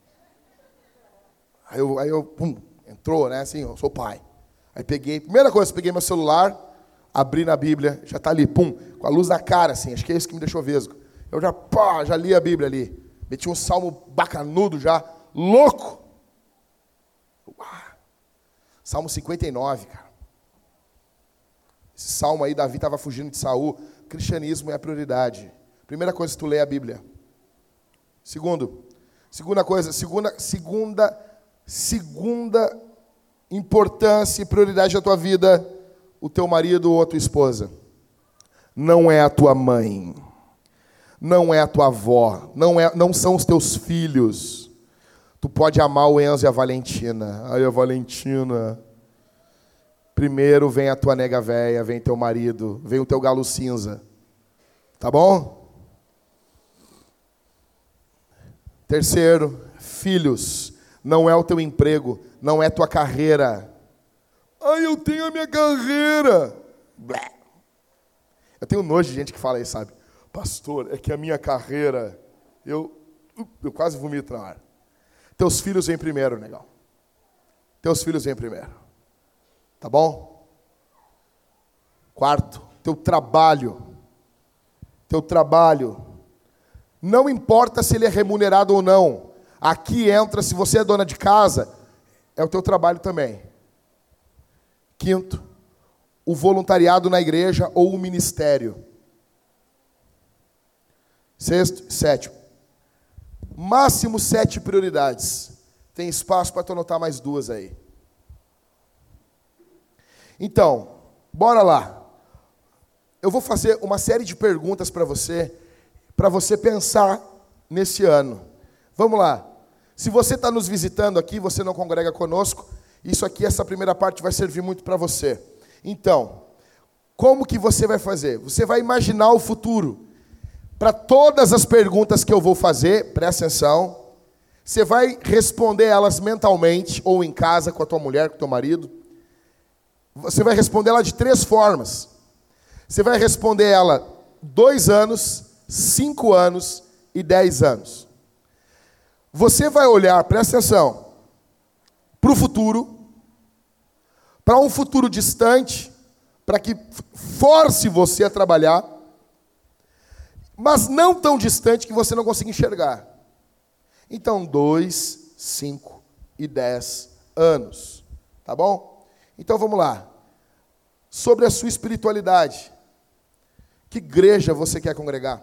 Aí eu, aí eu pum, entrou, né? Assim, eu sou pai. Aí peguei, primeira coisa, peguei meu celular, abri na Bíblia, já tá ali, pum, com a luz na cara, assim, acho que é isso que me deixou vesgo. Eu já, pá, já li a Bíblia ali. Meti um salmo bacanudo já, louco. Uau. Salmo cinquenta e nove, cara. Esse salmo aí, Davi estava fugindo de Saul. Cristianismo é a prioridade. Primeira coisa, se tu lê a Bíblia. Segundo, segunda coisa, segunda, segunda, segunda importância e prioridade da tua vida, o teu marido ou a tua esposa. Não é a tua mãe. Não é a tua avó, não, é, não são os teus filhos. Tu pode amar o Enzo e a Valentina. Ai, a Valentina. Primeiro vem a tua nega véia, vem teu marido, vem o teu galo cinza. Tá bom? Terceiro, filhos. Não é o teu emprego, não é tua carreira. Ai, eu tenho a minha carreira. Blé. Eu tenho nojo de gente que fala isso, sabe? Pastor, é que a minha carreira, eu, eu quase vomito na hora. Teus filhos vêm primeiro, negão. Teus filhos vêm primeiro. Tá bom? Quarto, teu trabalho. Teu trabalho. Não importa se ele é remunerado ou não. Aqui entra, se você é dona de casa, é o teu trabalho também. Quinto, o voluntariado na igreja ou o ministério. Sexto, sétimo. Máximo sete prioridades. Tem espaço para tu anotar mais duas aí. Então, bora lá. Eu vou fazer uma série de perguntas para você, para você pensar nesse ano. Vamos lá. Se você está nos visitando aqui, você não congrega conosco, isso aqui, essa primeira parte vai servir muito para você. Então, como que você vai fazer? Você vai imaginar o futuro. Para todas as perguntas que eu vou fazer, presta atenção, você vai responder elas mentalmente, ou em casa, com a tua mulher, com o teu marido. Você vai responder ela de três formas. Você vai responder ela dois anos, cinco anos e dez anos. Você vai olhar, presta atenção, para o futuro, para um futuro distante, para que force você a trabalhar, mas não tão distante que você não consiga enxergar. Então, dois, cinco e dez anos. Tá bom? Então, vamos lá. Sobre a sua espiritualidade. Que igreja você quer congregar?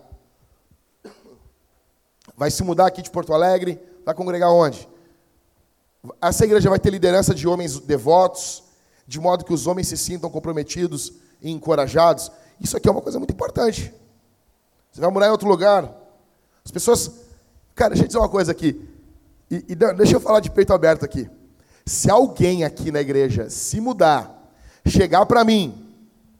Vai se mudar aqui de Porto Alegre? Vai congregar onde? Essa igreja vai ter liderança de homens devotos, de modo que os homens se sintam comprometidos e encorajados. Isso aqui é uma coisa muito importante. Você vai morar em outro lugar. As pessoas... Cara, deixa eu dizer uma coisa aqui. E, e deixa eu falar de peito aberto aqui. Se alguém aqui na igreja se mudar, chegar para mim,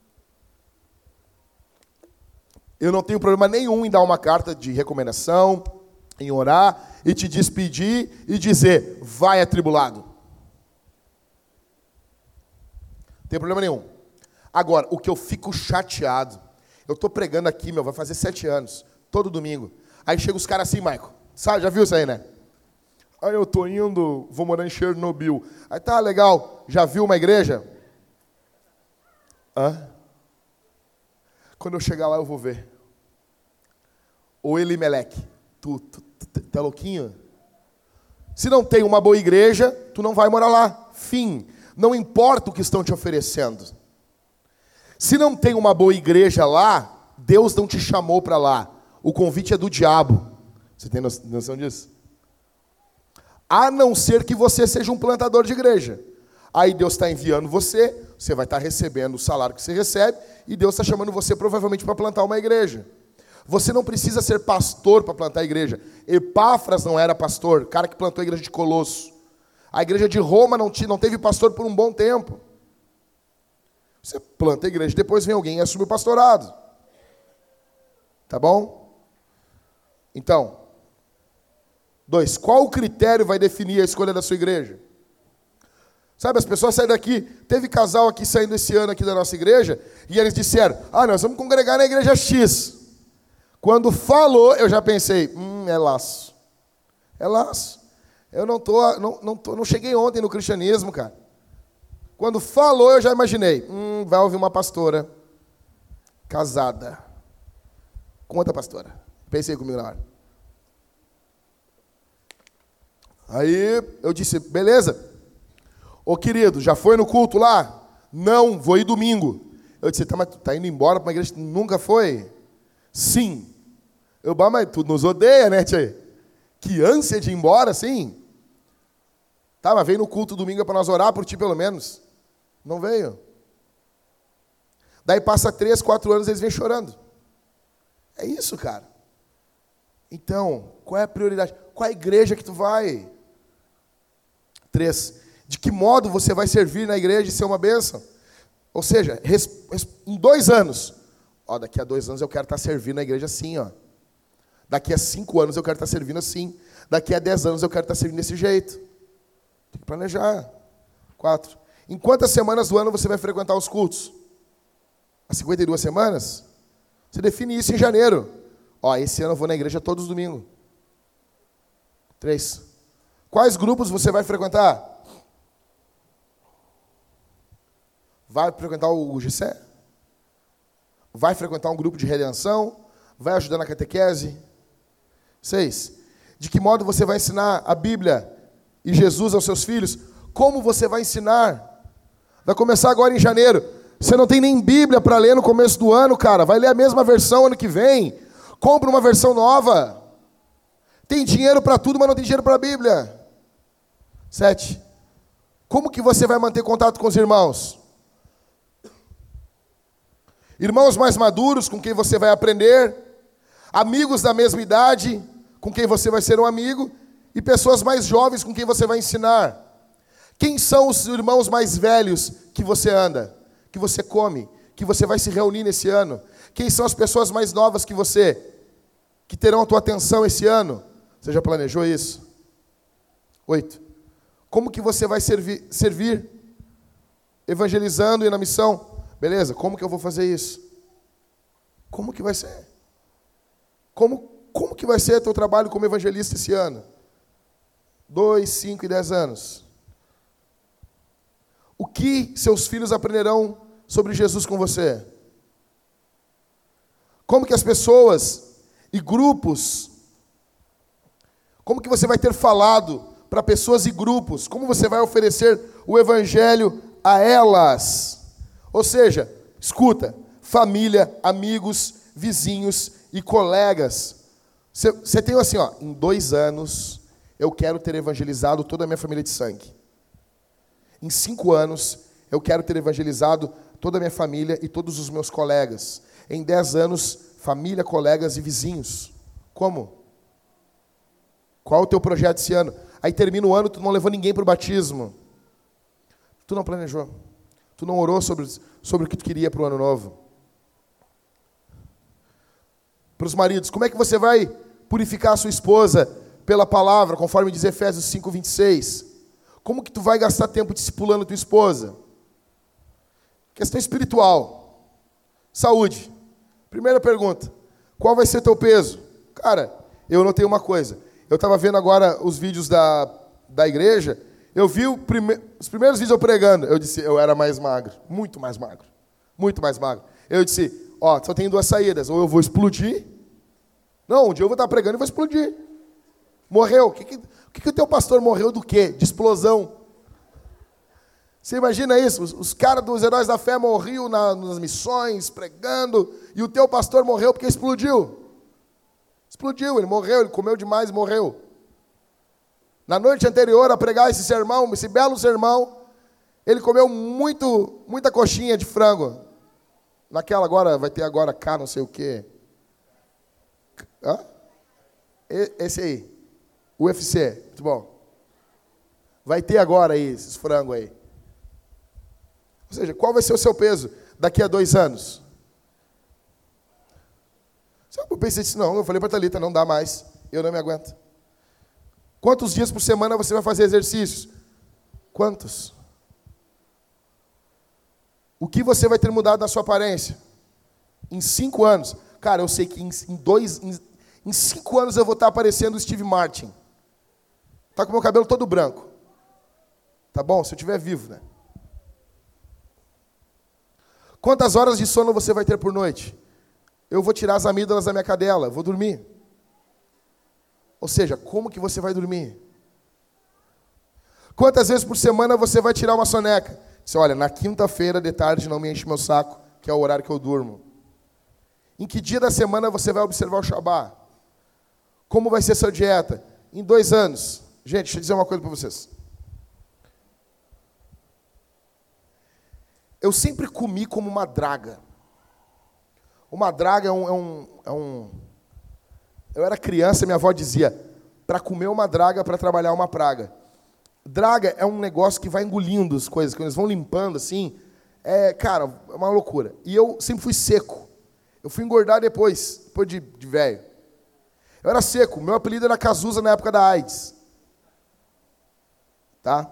eu não tenho problema nenhum em dar uma carta de recomendação, em orar e te despedir e dizer, vai atribulado. Não tem problema nenhum. Agora, o que eu fico chateado, eu estou pregando aqui, meu, vai fazer sete anos, todo domingo. Aí chega os caras assim, Michael, sabe, já viu isso aí, né? Aí eu tô indo, vou morar em Chernobyl. Aí tá, legal, já viu uma igreja? Hã? Quando eu chegar lá eu vou ver. Ou Elimeleque, tu, tu, tu, tu tá louquinho? Se não tem uma boa igreja, tu não vai morar lá. Fim. Não importa o que estão te oferecendo. Se não tem uma boa igreja lá, Deus não te chamou para lá. O convite é do diabo. Você tem noção disso? A não ser que você seja um plantador de igreja. Aí Deus está enviando você, você vai estar recebendo o salário que você recebe, e Deus está chamando você provavelmente para plantar uma igreja. Você não precisa ser pastor para plantar a igreja. Epáfras não era pastor, cara que plantou a igreja de Colosso. A igreja de Roma não, não teve pastor por um bom tempo. Você planta a igreja, depois vem alguém e assume o pastorado. Tá bom? Então, dois, qual o critério vai definir a escolha da sua igreja? Sabe, as pessoas saem daqui, teve casal aqui saindo esse ano aqui da nossa igreja, e eles disseram, ah, nós vamos congregar na igreja X. Quando falou, eu já pensei, hum, é laço. É laço. Eu não, tô, não, não, tô, não cheguei ontem no cristianismo, cara. Quando falou, eu já imaginei, hum, vai ouvir uma pastora casada. Com outra pastora. Pensei comigo na hora. Aí eu disse, beleza. Ô querido, já foi no culto lá? Não, vou ir domingo. Eu disse, tá, mas tu tá indo embora para uma igreja que nunca foi? Sim. Eu, bah, mas tu nos odeia, né, tia? Que ânsia de ir embora, sim. Tá, mas veio no culto domingo para nós orar por ti, pelo menos. Não veio. Daí passa três, quatro anos, eles vêm chorando. É isso, cara. Então, qual é a prioridade? Qual é a igreja que tu vai? Três, de que modo você vai servir na igreja e ser uma bênção? Ou seja, res, res, em dois anos, ó, daqui a dois anos eu quero estar servindo na igreja assim, ó. Daqui a cinco anos eu quero estar servindo assim. Daqui a dez anos eu quero estar servindo desse jeito. Tem que planejar. Quatro. Em quantas semanas do ano você vai frequentar os cultos? As cinquenta e duas semanas? Você define isso em janeiro. Ó, esse ano eu vou na igreja todos os domingos. Três. Quais grupos você vai frequentar? Vai frequentar o G C? Vai frequentar um grupo de redenção? Vai ajudar na catequese? Seis. De que modo você vai ensinar a Bíblia e Jesus aos seus filhos? Como você vai ensinar? Vai começar agora em janeiro. Você não tem nem Bíblia para ler no começo do ano, cara. Vai ler a mesma versão ano que vem. Compra uma versão nova. Tem dinheiro para tudo, mas não tem dinheiro para a Bíblia. Sete. Como que você vai manter contato com os irmãos? Irmãos mais maduros, com quem você vai aprender. Amigos da mesma idade, com quem você vai ser um amigo. E pessoas mais jovens, com quem você vai ensinar. Quem são os irmãos mais velhos que você anda? Que você come? Que você vai se reunir nesse ano? Quem são as pessoas mais novas que você? Que terão a tua atenção esse ano? Você já planejou isso? Oito. Como que você vai servir, servir? Evangelizando e na missão? Beleza, como que eu vou fazer isso? Como que vai ser? Como, como que vai ser teu trabalho como evangelista esse ano? Dois, cinco e dez anos. O que seus filhos aprenderão sobre Jesus com você? Como que as pessoas e grupos, como que você vai ter falado para pessoas e grupos? Como você vai oferecer o evangelho a elas? Ou seja, escuta, família, amigos, vizinhos e colegas. Você tem assim, ó, em dois anos eu quero ter evangelizado toda a minha família de sangue. Em cinco anos eu quero ter evangelizado toda a minha família e todos os meus colegas. Em dez anos, família, colegas e vizinhos. Como? Qual o teu projeto esse ano? Aí termina o ano, tu não levou ninguém para o batismo. Tu não planejou. Tu não orou sobre, sobre o que tu queria para o ano novo. Para os maridos, como é que você vai purificar a sua esposa pela palavra, conforme diz Efésios cinco, vinte e seis? Como que tu vai gastar tempo discipulando tua esposa? Questão espiritual. Saúde. Primeira pergunta. Qual vai ser teu peso? Cara, eu notei uma coisa. Eu estava vendo agora os vídeos da, da igreja. Eu vi prime... os primeiros vídeos eu pregando. Eu disse, eu era mais magro. Muito mais magro. Muito mais magro. Eu disse, ó, só tem duas saídas. Ou eu vou explodir. Não, um dia eu vou estar pregando e vou explodir. Morreu. O que, que, o que, que o teu pastor morreu do quê? De explosão. Você imagina isso? Os, os caras dos heróis da fé morriam na, nas missões, pregando, e o teu pastor morreu porque explodiu. Explodiu, ele morreu, ele comeu demais e morreu. Na noite anterior a pregar esse sermão, esse belo sermão, ele comeu muito, muita coxinha de frango. Naquela agora, vai ter agora cá, não sei o quê. Hã? Esse aí, U F C, muito bom. Vai ter agora aí, esses frangos aí. Ou seja, qual vai ser o seu peso daqui a dois anos? Eu pensei assim, não, eu falei para a Thalita, não dá mais, eu não me aguento. Quantos dias por semana você vai fazer exercícios? Quantos? O que você vai ter mudado na sua aparência? Em cinco anos. Cara, eu sei que em, em dois, em, em cinco anos eu vou estar aparecendo o Steve Martin. Tá com o meu cabelo todo branco. Tá bom? Se eu estiver vivo, né? Quantas horas de sono você vai ter por noite? Eu vou tirar as amígdalas da minha cadela, vou dormir. Ou seja, como que você vai dormir? Quantas vezes por semana você vai tirar uma soneca? Você olha, na quinta-feira de tarde não me enche meu saco, que é o horário que eu durmo. Em que dia da semana você vai observar o Shabá? Como vai ser a sua dieta? Em dois anos. Gente, deixa eu dizer uma coisa para vocês. Eu sempre comi como uma draga. Uma draga é um, é um, é um... Eu era criança, minha avó dizia, para comer uma draga, para trabalhar uma praga. Draga é um negócio que vai engolindo as coisas, quando eles vão limpando assim, é, cara, é uma loucura. E eu sempre fui seco. Eu fui engordar depois, depois de, de velho. Eu era seco, meu apelido era Cazuza na época da AIDS. Tá?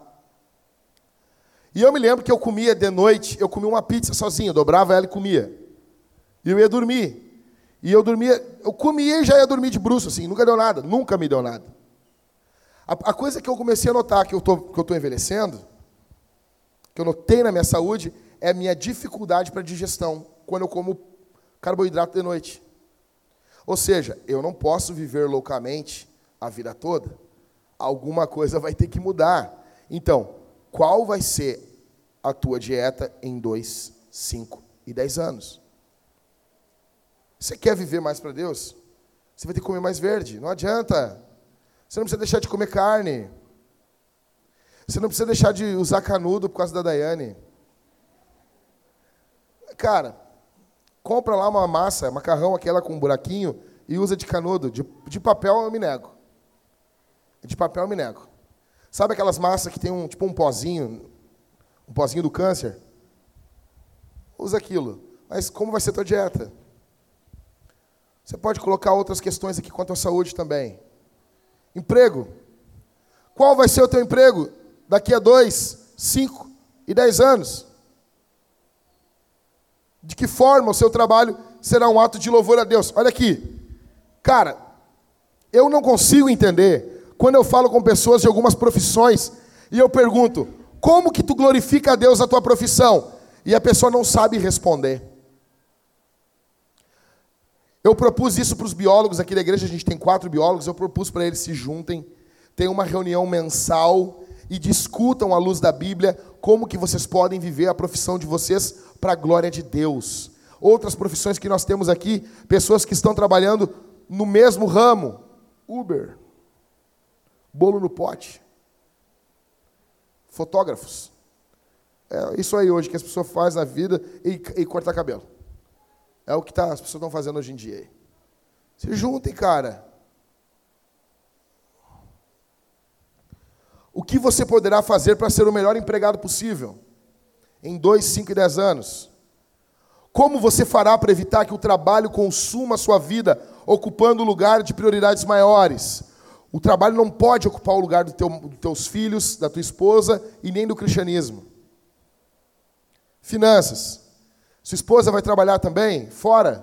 E eu me lembro que eu comia de noite, eu comia uma pizza sozinho, dobrava ela e comia. E eu ia dormir. E eu dormia, eu comia e já ia dormir de bruço, assim, nunca deu nada, nunca me deu nada. A, a coisa que eu comecei a notar, que eu tô, que eu estou envelhecendo, que eu notei na minha saúde, é a minha dificuldade para digestão, quando eu como carboidrato de noite. Ou seja, eu não posso viver loucamente a vida toda. Alguma coisa vai ter que mudar. Então, qual vai ser a tua dieta em dois, cinco e dez anos? Você quer viver mais para Deus? Você vai ter que comer mais verde. Não adianta. Você não precisa deixar de comer carne. Você não precisa deixar de usar canudo por causa da Daiane. Cara, compra lá uma massa, macarrão, aquela com um buraquinho, e usa de canudo. De, de papel eu me nego. De papel eu me nego. Sabe aquelas massas que tem um, tipo um pozinho, um pozinho do câncer? Usa aquilo. Mas como vai ser a tua dieta? Você pode colocar outras questões aqui quanto à saúde também. Emprego. Qual vai ser o teu emprego daqui a dois, cinco e dez anos? De que forma o seu trabalho será um ato de louvor a Deus? Olha aqui. Cara, eu não consigo entender quando eu falo com pessoas de algumas profissões e eu pergunto, como que tu glorifica a Deus na tua profissão? E a pessoa não sabe responder. Eu propus isso para os biólogos aqui da igreja, a gente tem quatro biólogos, eu propus para eles se juntem, tenham uma reunião mensal e discutam à luz da Bíblia como que vocês podem viver a profissão de vocês para a glória de Deus. Outras profissões que nós temos aqui, pessoas que estão trabalhando no mesmo ramo, Uber, bolo no pote, fotógrafos. É isso aí hoje que as pessoas fazem na vida e, e cortar cabelo. É o que tá, as pessoas estão fazendo hoje em dia aí. Se juntem, cara. O que você poderá fazer para ser o melhor empregado possível em dois, cinco e dez anos? Como você fará para evitar que o trabalho consuma a sua vida, ocupando o lugar de prioridades maiores? O trabalho não pode ocupar o lugar do teu, dos teus filhos, da tua esposa e nem do cristianismo. Finanças. Sua esposa vai trabalhar também? Fora?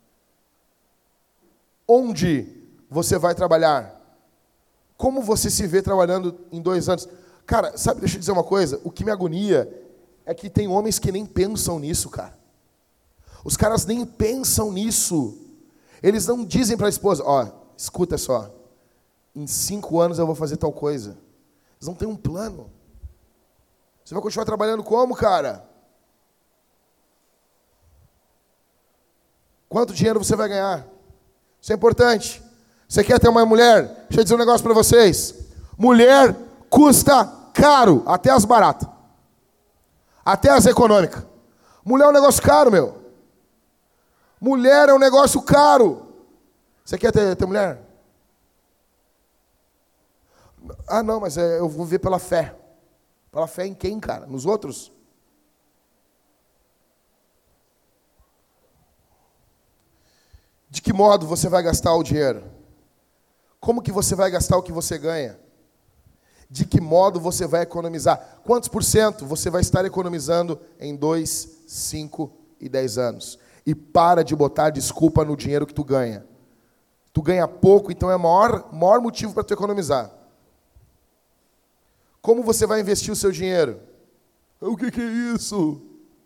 Onde você vai trabalhar? Como você se vê trabalhando em dois anos? Cara, sabe, deixa eu dizer uma coisa. O que me agonia é que tem homens que nem pensam nisso, cara. Os caras nem pensam nisso. Eles não dizem para a esposa, ó, escuta só, em cinco anos eu vou fazer tal coisa. Eles não têm um plano. Você vai continuar trabalhando como, cara? Quanto dinheiro você vai ganhar? Isso é importante. Você quer ter uma mulher? Deixa eu dizer um negócio para vocês. Mulher custa caro, até as baratas. Até as econômicas. Mulher é um negócio caro, meu. Mulher é um negócio caro. Você quer ter, ter mulher? Ah, não, mas é, eu vou ver pela fé. Pela fé em quem, cara? Nos outros? De que modo você vai gastar o dinheiro? Como que você vai gastar o que você ganha? De que modo você vai economizar? Quantos por cento você vai estar economizando em dois, cinco e dez anos? E para de botar desculpa no dinheiro que tu ganha. Tu ganha pouco, então é o maior, maior motivo para tu economizar. Como você vai investir o seu dinheiro? O que, que é isso?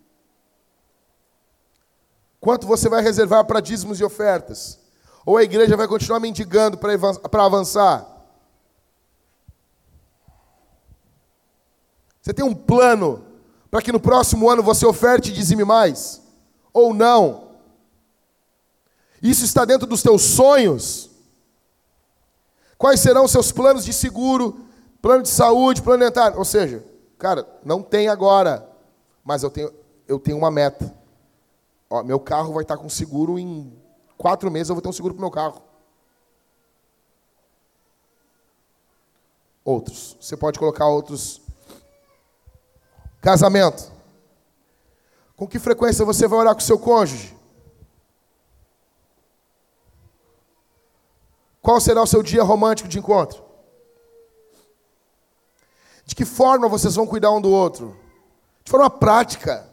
Quanto você vai reservar para dízimos e ofertas? Ou a igreja vai continuar mendigando para avançar? Você tem um plano para que no próximo ano você oferte e dizime mais? Ou não? Isso está dentro dos teus sonhos? Quais serão os seus planos de seguro, plano de saúde, plano dentário? Ou seja, cara, não tem agora, mas eu tenho, eu tenho uma meta. Ó, meu carro vai estar com seguro em quatro meses, eu vou ter um seguro para o meu carro. Outros. Você pode colocar outros. Casamento. Com que frequência você vai orar com o seu cônjuge? Qual será o seu dia romântico de encontro? De que forma vocês vão cuidar um do outro? De forma prática.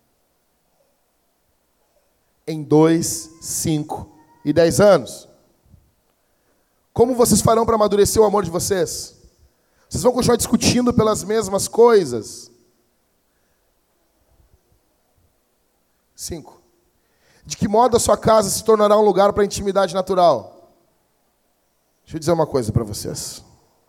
Em dois, cinco e dez anos. Como vocês farão para amadurecer o amor de vocês? Vocês vão continuar discutindo pelas mesmas coisas? Cinco. De que modo a sua casa se tornará um lugar para intimidade natural? Deixa eu dizer uma coisa para vocês.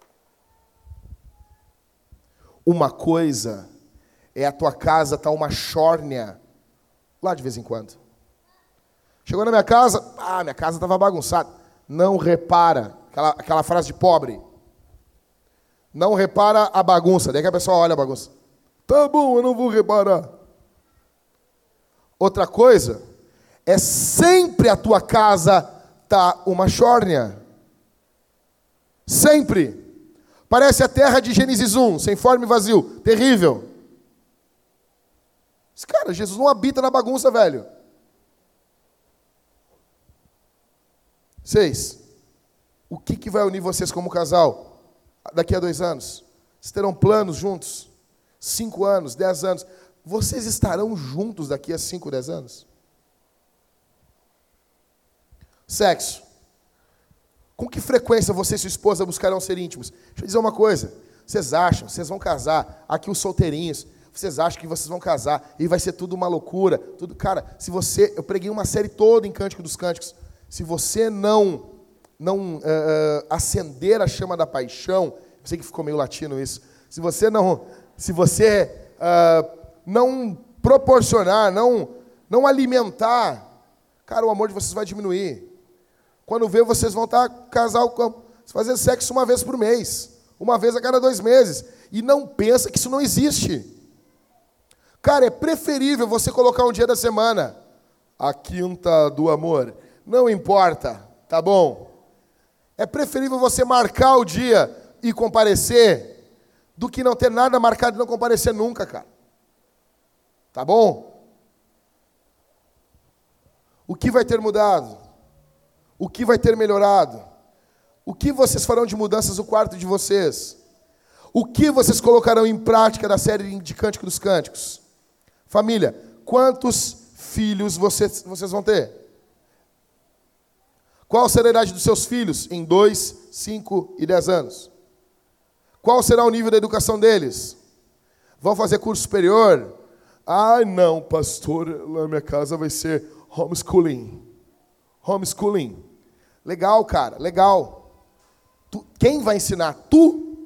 Uma coisa é a tua casa estar uma chórnia lá de vez em quando. Chegou na minha casa, ah, minha casa estava bagunçada. Não repara, aquela, aquela frase de pobre. Não repara a bagunça, daí que a pessoa olha a bagunça. Tá bom, eu não vou reparar. Outra coisa, é sempre a tua casa tá uma chórnia. Sempre. Parece a terra de Gênesis um, sem forma e vazio. Terrível. Mas, cara, Jesus não habita na bagunça, velho. Seis. O que, que vai unir vocês como casal daqui a dois anos? Vocês terão planos juntos? Cinco anos, dez anos. Vocês estarão juntos daqui a cinco, dez anos? Sexo. Com que frequência você e sua esposa buscarão ser íntimos? Deixa eu dizer uma coisa. Vocês acham, vocês vão casar, aqui os solteirinhos, vocês acham que vocês vão casar e vai ser tudo uma loucura, tudo, cara, se você, eu preguei uma série toda em Cântico dos Cânticos, se você não, não uh, uh, acender a chama da paixão, eu sei que ficou meio latino isso, se você não, se você uh, não proporcionar, não, não alimentar, cara, o amor de vocês vai diminuir. Quando vê, vocês vão estar casal, fazer sexo uma vez por mês, uma vez a cada dois meses, e não pensa que isso não existe. Cara, é preferível você colocar um dia da semana, a quinta do amor, não importa, tá bom? É preferível você marcar o dia e comparecer, do que não ter nada marcado e não comparecer nunca, cara. Tá bom? O que vai ter mudado? O que vai ter melhorado? O que vocês farão de mudanças no quarto de vocês? O que vocês colocarão em prática da série de Cântico dos Cânticos? Família, quantos filhos vocês, vocês vão ter? Qual será a idade dos seus filhos em dois, cinco e dez anos? Qual será o nível da educação deles? Vão fazer curso superior? Ah, não, pastor, lá na minha casa vai ser homeschooling. Homeschooling. Legal, cara, legal. Tu, quem vai ensinar? Tu?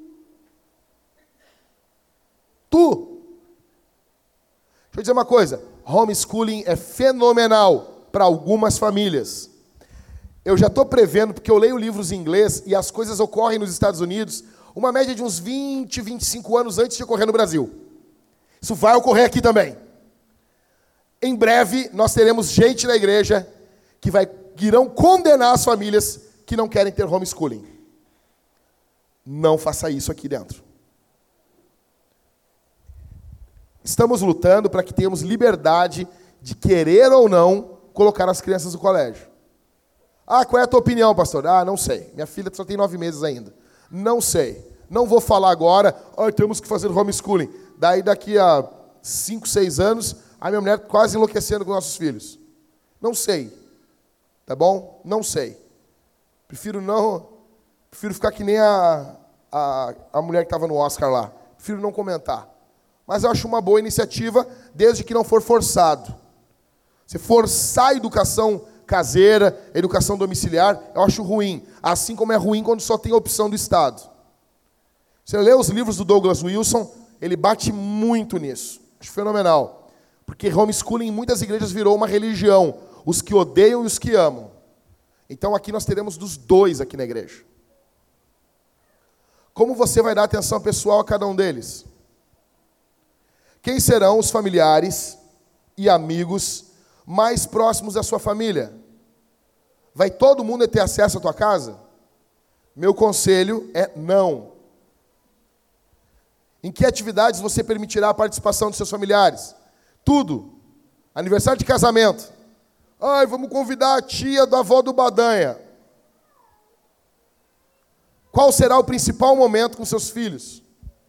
Tu? Deixa eu dizer uma coisa. Homeschooling é fenomenal para algumas famílias. Eu já estou prevendo, porque eu leio livros em inglês e as coisas ocorrem nos Estados Unidos, uma média de uns vinte, vinte e cinco anos antes de ocorrer no Brasil. Isso vai ocorrer aqui também. Em breve, nós teremos gente na igreja que vai, que irão condenar as famílias que não querem ter homeschooling. Não faça isso aqui dentro. Estamos lutando para que tenhamos liberdade de querer ou não colocar as crianças no colégio. Ah, qual é a tua opinião, pastor? Ah, não sei. Minha filha só tem nove meses ainda. Não sei. Não vou falar agora. Ah, temos que fazer homeschooling. Daí, daqui a cinco, seis anos, a minha mulher quase enlouquecendo com nossos filhos. Não sei. Tá bom? Não sei. Prefiro não... Prefiro ficar que nem a, a, a mulher que estava no Oscar lá. Prefiro não comentar. Mas eu acho uma boa iniciativa, desde que não for forçado. Se forçar a educação caseira, educação domiciliar, eu acho ruim. Assim como é ruim quando só tem a opção do Estado. Você lê os livros do Douglas Wilson, ele bate muito nisso. Acho fenomenal. Porque homeschooling em muitas igrejas virou uma religião. Os que odeiam e os que amam. Então aqui nós teremos dos dois aqui na igreja. Como você vai dar atenção pessoal a cada um deles? Quem serão os familiares e amigos mais próximos da sua família? Vai todo mundo ter acesso à tua casa? Meu conselho é não. Em que atividades você permitirá a participação dos seus familiares? Tudo. Aniversário de casamento. Ai, vamos convidar a tia da avó do Badanha. Qual será o principal momento com seus filhos?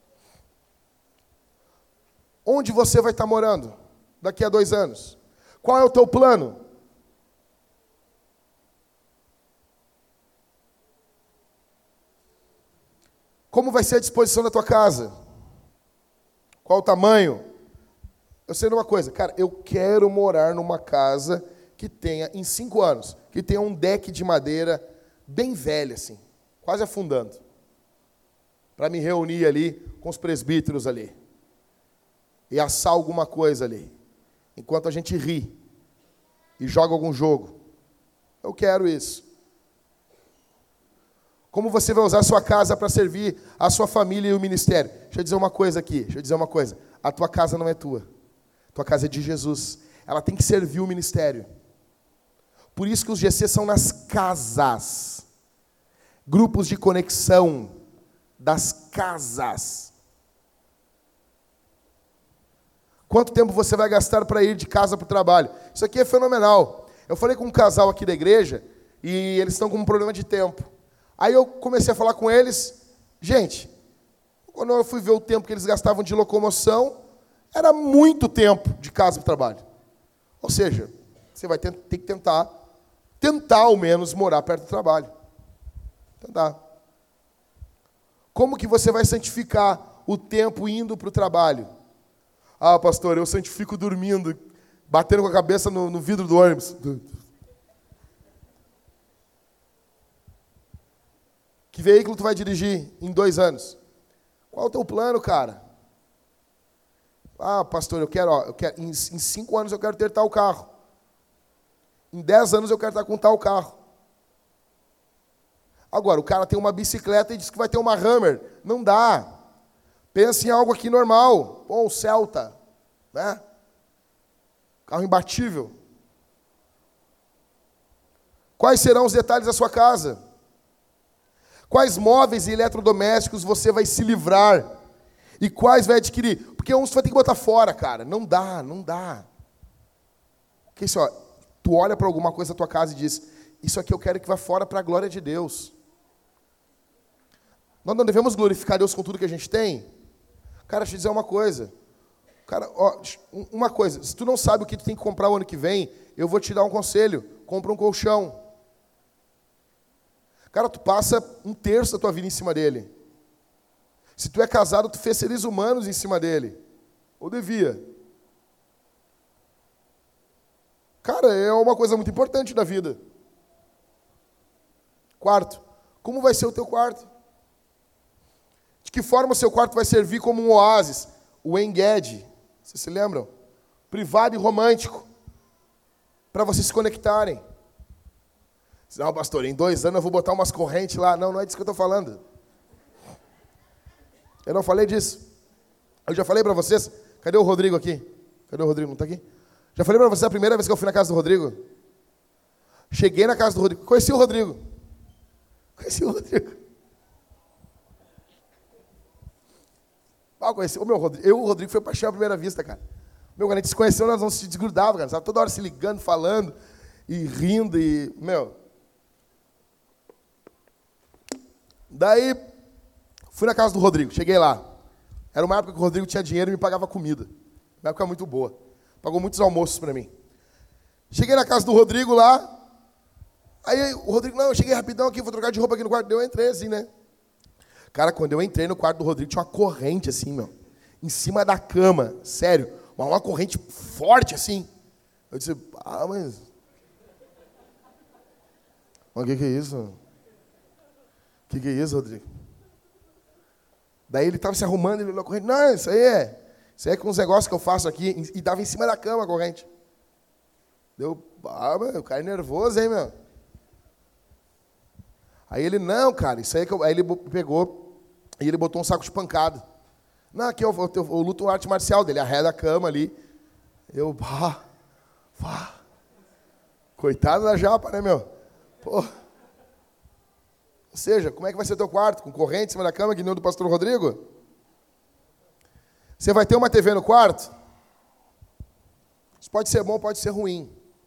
Onde você vai estar morando daqui a dois anos? Qual é o teu plano? Como vai ser a disposição da tua casa? Qual o tamanho? Eu sei de uma coisa, cara, eu quero morar numa casa que tenha, em cinco anos, que tenha um deck de madeira bem velho, assim, quase afundando, para me reunir ali com os presbíteros ali, e assar alguma coisa ali, enquanto a gente ri, e joga algum jogo. Eu quero isso. Como você vai usar a sua casa para servir a sua família e o ministério? Deixa eu dizer uma coisa aqui, deixa eu dizer uma coisa. A tua casa não é tua. A tua casa é de Jesus. Ela tem que servir o ministério. Por isso que os G C são nas casas. Grupos de conexão das casas. Quanto tempo você vai gastar para ir de casa para o trabalho? Isso aqui é fenomenal. Eu falei com um casal aqui da igreja e eles estão com um problema de tempo. Aí eu comecei a falar com eles. Gente, quando eu fui ver o tempo que eles gastavam de locomoção, era muito tempo de casa para o trabalho. Ou seja, você vai ter, ter que tentar, tentar ao menos morar perto do trabalho. Tentar. Como que você vai santificar o tempo indo para o trabalho? Ah, pastor, eu santifico dormindo, batendo com a cabeça no, no vidro do ônibus. Que veículo tu vai dirigir em dois anos? Qual é o teu plano, cara? Ah, pastor, eu quero, ó, eu quero em, em cinco anos eu quero ter tal carro. Em dez anos eu quero estar com tal carro. Agora, o cara tem uma bicicleta e diz que vai ter uma Hammer. Não dá. Pensa em algo aqui normal. Pô, um Celta, né? Carro imbatível. Quais serão os detalhes da sua casa? Quais móveis e eletrodomésticos você vai se livrar E quais vai adquirir? Porque uns tu vai ter que botar fora, cara. Não dá, não dá. Porque assim, ó, tu olha para alguma coisa da tua casa e diz, isso aqui eu quero que vá fora para a glória de Deus. Nós não devemos glorificar Deus com tudo que a gente tem? Cara, deixa eu dizer uma coisa. Cara, ó, uma coisa, se tu não sabe o que tu tem que comprar o ano que vem, eu vou te dar um conselho. Compra um colchão. Cara, tu passa um terço da tua vida em cima dele. Se tu é casado, tu fez seres humanos em cima dele. Ou devia. Cara, é uma coisa muito importante da vida. Quarto, como vai ser o teu quarto? De que forma o seu quarto vai servir como um oásis? O Engedi, vocês se lembram? Privado e romântico. Para vocês se conectarem. Não, pastor, em dois anos eu vou botar umas correntes lá. Não, não é disso que eu estou falando. Eu não falei disso. Eu já falei para vocês. Cadê o Rodrigo aqui? Cadê o Rodrigo? Não está aqui? Já falei para vocês a primeira vez que eu fui na casa do Rodrigo. Cheguei na casa do Rodrigo. Conheci o Rodrigo. Conheci o Rodrigo. Ah, conheci. O meu Rodrigo. Eu e o Rodrigo foi paixão à primeira vista, cara. Meu, quando a gente se conheceu, nós não se desgrudava, cara. Sabe? Toda hora se ligando, falando e rindo e... Meu... Daí, fui na casa do Rodrigo. Cheguei lá. Era uma época que o Rodrigo tinha dinheiro e me pagava comida. Uma época muito boa. Pagou muitos almoços para mim. Cheguei na casa do Rodrigo lá. Aí o Rodrigo, não, eu cheguei rapidão aqui, vou trocar de roupa aqui no quarto. Eu entrei assim, né? Cara, quando eu entrei no quarto do Rodrigo, tinha uma corrente assim, meu. Em cima da cama. Sério. Uma, uma corrente forte assim. Eu disse, ah, mas... O que que é isso? O que que é isso, Rodrigo? Daí ele estava se arrumando, ele olhou a corrente. Não, isso aí é... Isso aí é com uns negócios que eu faço aqui. E dava em cima da cama a corrente. Deu, ah, meu, o cara é nervoso, hein, meu? Aí ele, não, cara, isso aí é que eu... Aí ele pegou e ele botou um saco de pancada. Não, aqui eu, eu, eu luto arte marcial dele, arreda a cama ali. Eu, pá, pá. Coitado da japa, né, meu? Pô. Ou seja, como é que vai ser o teu quarto? Com corrente em cima da cama, que nem o do pastor Rodrigo? Você vai ter uma T V no quarto? Isso pode ser bom, pode ser ruim.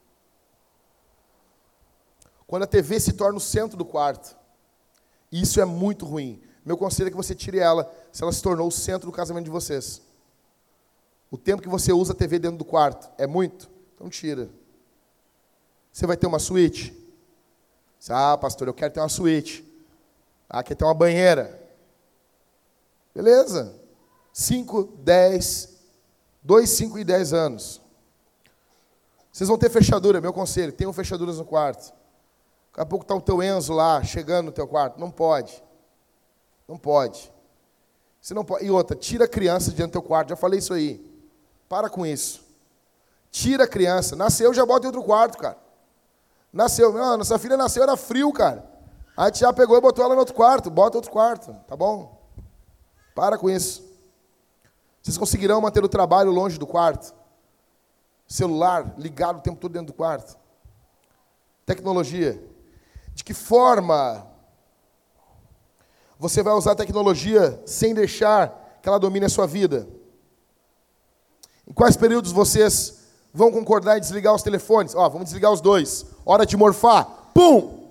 Quando a T V se torna o centro do quarto, isso é muito ruim. Meu conselho é que você tire ela, se ela se tornou o centro do casamento de vocês. O tempo que você usa a T V dentro do quarto é muito? Então tira. Você vai ter uma suíte? Ah, pastor, eu quero ter uma suíte. Ah, quer ter uma banheira. Beleza. cinco, dez, dois, cinco e dez anos. Vocês vão ter fechadura, meu conselho, tenham fechaduras no quarto. Daqui a pouco está o teu Enzo lá, chegando no teu quarto. Não pode. Não pode. Você não pode. E outra, tira a criança de dentro do teu quarto. Já falei isso aí. Para com isso. Tira a criança. Nasceu, já bota em outro quarto, cara. Nasceu. Não, nossa filha nasceu, era frio, cara. Aí a tia pegou e botou ela no outro quarto. Bota outro quarto, tá bom? Para com isso. Vocês conseguirão manter o trabalho longe do quarto? Celular ligado o tempo todo dentro do quarto? Tecnologia. De que forma você vai usar a tecnologia sem deixar que ela domine a sua vida? Em quais períodos vocês vão concordar em desligar os telefones? Ó, vamos desligar os dois. Hora de morfar. Pum!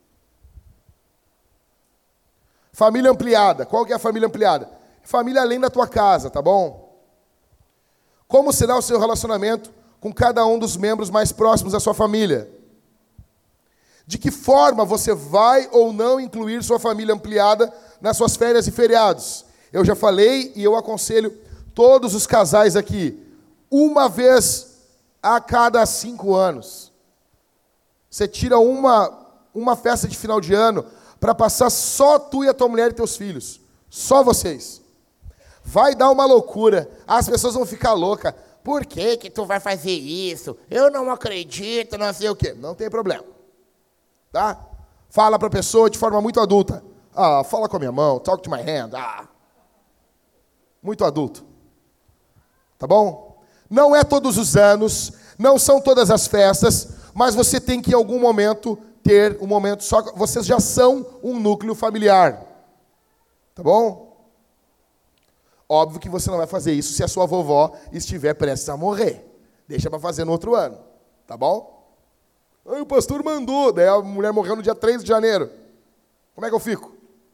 Família ampliada. Qual que é a família ampliada? Família além da tua casa, tá bom? Como será o seu relacionamento com cada um dos membros mais próximos da sua família? De que forma você vai ou não incluir sua família ampliada nas suas férias e feriados? Eu já falei e eu aconselho todos os casais aqui, uma vez a cada cinco anos. Você tira uma, uma festa de final de ano para passar só tu e a tua mulher e teus filhos. Só vocês. Vai dar uma loucura. As pessoas vão ficar loucas. Por que que tu vai fazer isso? Eu não acredito, não sei o quê. Não tem problema. Tá? Fala para a pessoa de forma muito adulta. Ah, fala com a minha mão. Talk to my hand. Ah. Muito adulto. Tá bom? Não é todos os anos, não são todas as festas, mas você tem que em algum momento ter um momento só. Vocês já são um núcleo familiar. Tá bom? Óbvio que você não vai fazer isso se a sua vovó estiver prestes a morrer. Deixa para fazer no outro ano, tá bom? Aí o pastor mandou, daí a mulher morreu no dia três de janeiro. Como é que eu fico?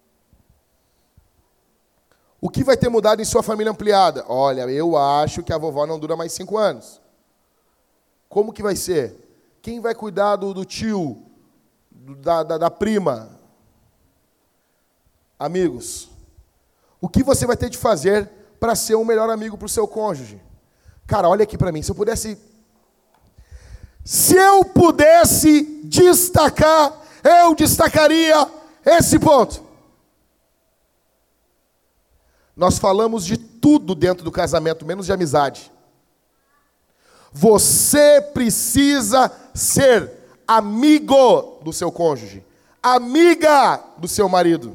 O que vai ter mudado em sua família ampliada? Olha, eu acho que a vovó não dura mais cinco anos. Como que vai ser? Quem vai cuidar do, do tio, do, da, da, da prima? Amigos, o que você vai ter de fazer para ser um melhor amigo para o seu cônjuge? Cara, olha aqui para mim, se eu pudesse... Se eu pudesse destacar, eu destacaria esse ponto. Nós falamos de tudo dentro do casamento, menos de amizade. Você precisa ser amigo do seu cônjuge, amiga do seu marido.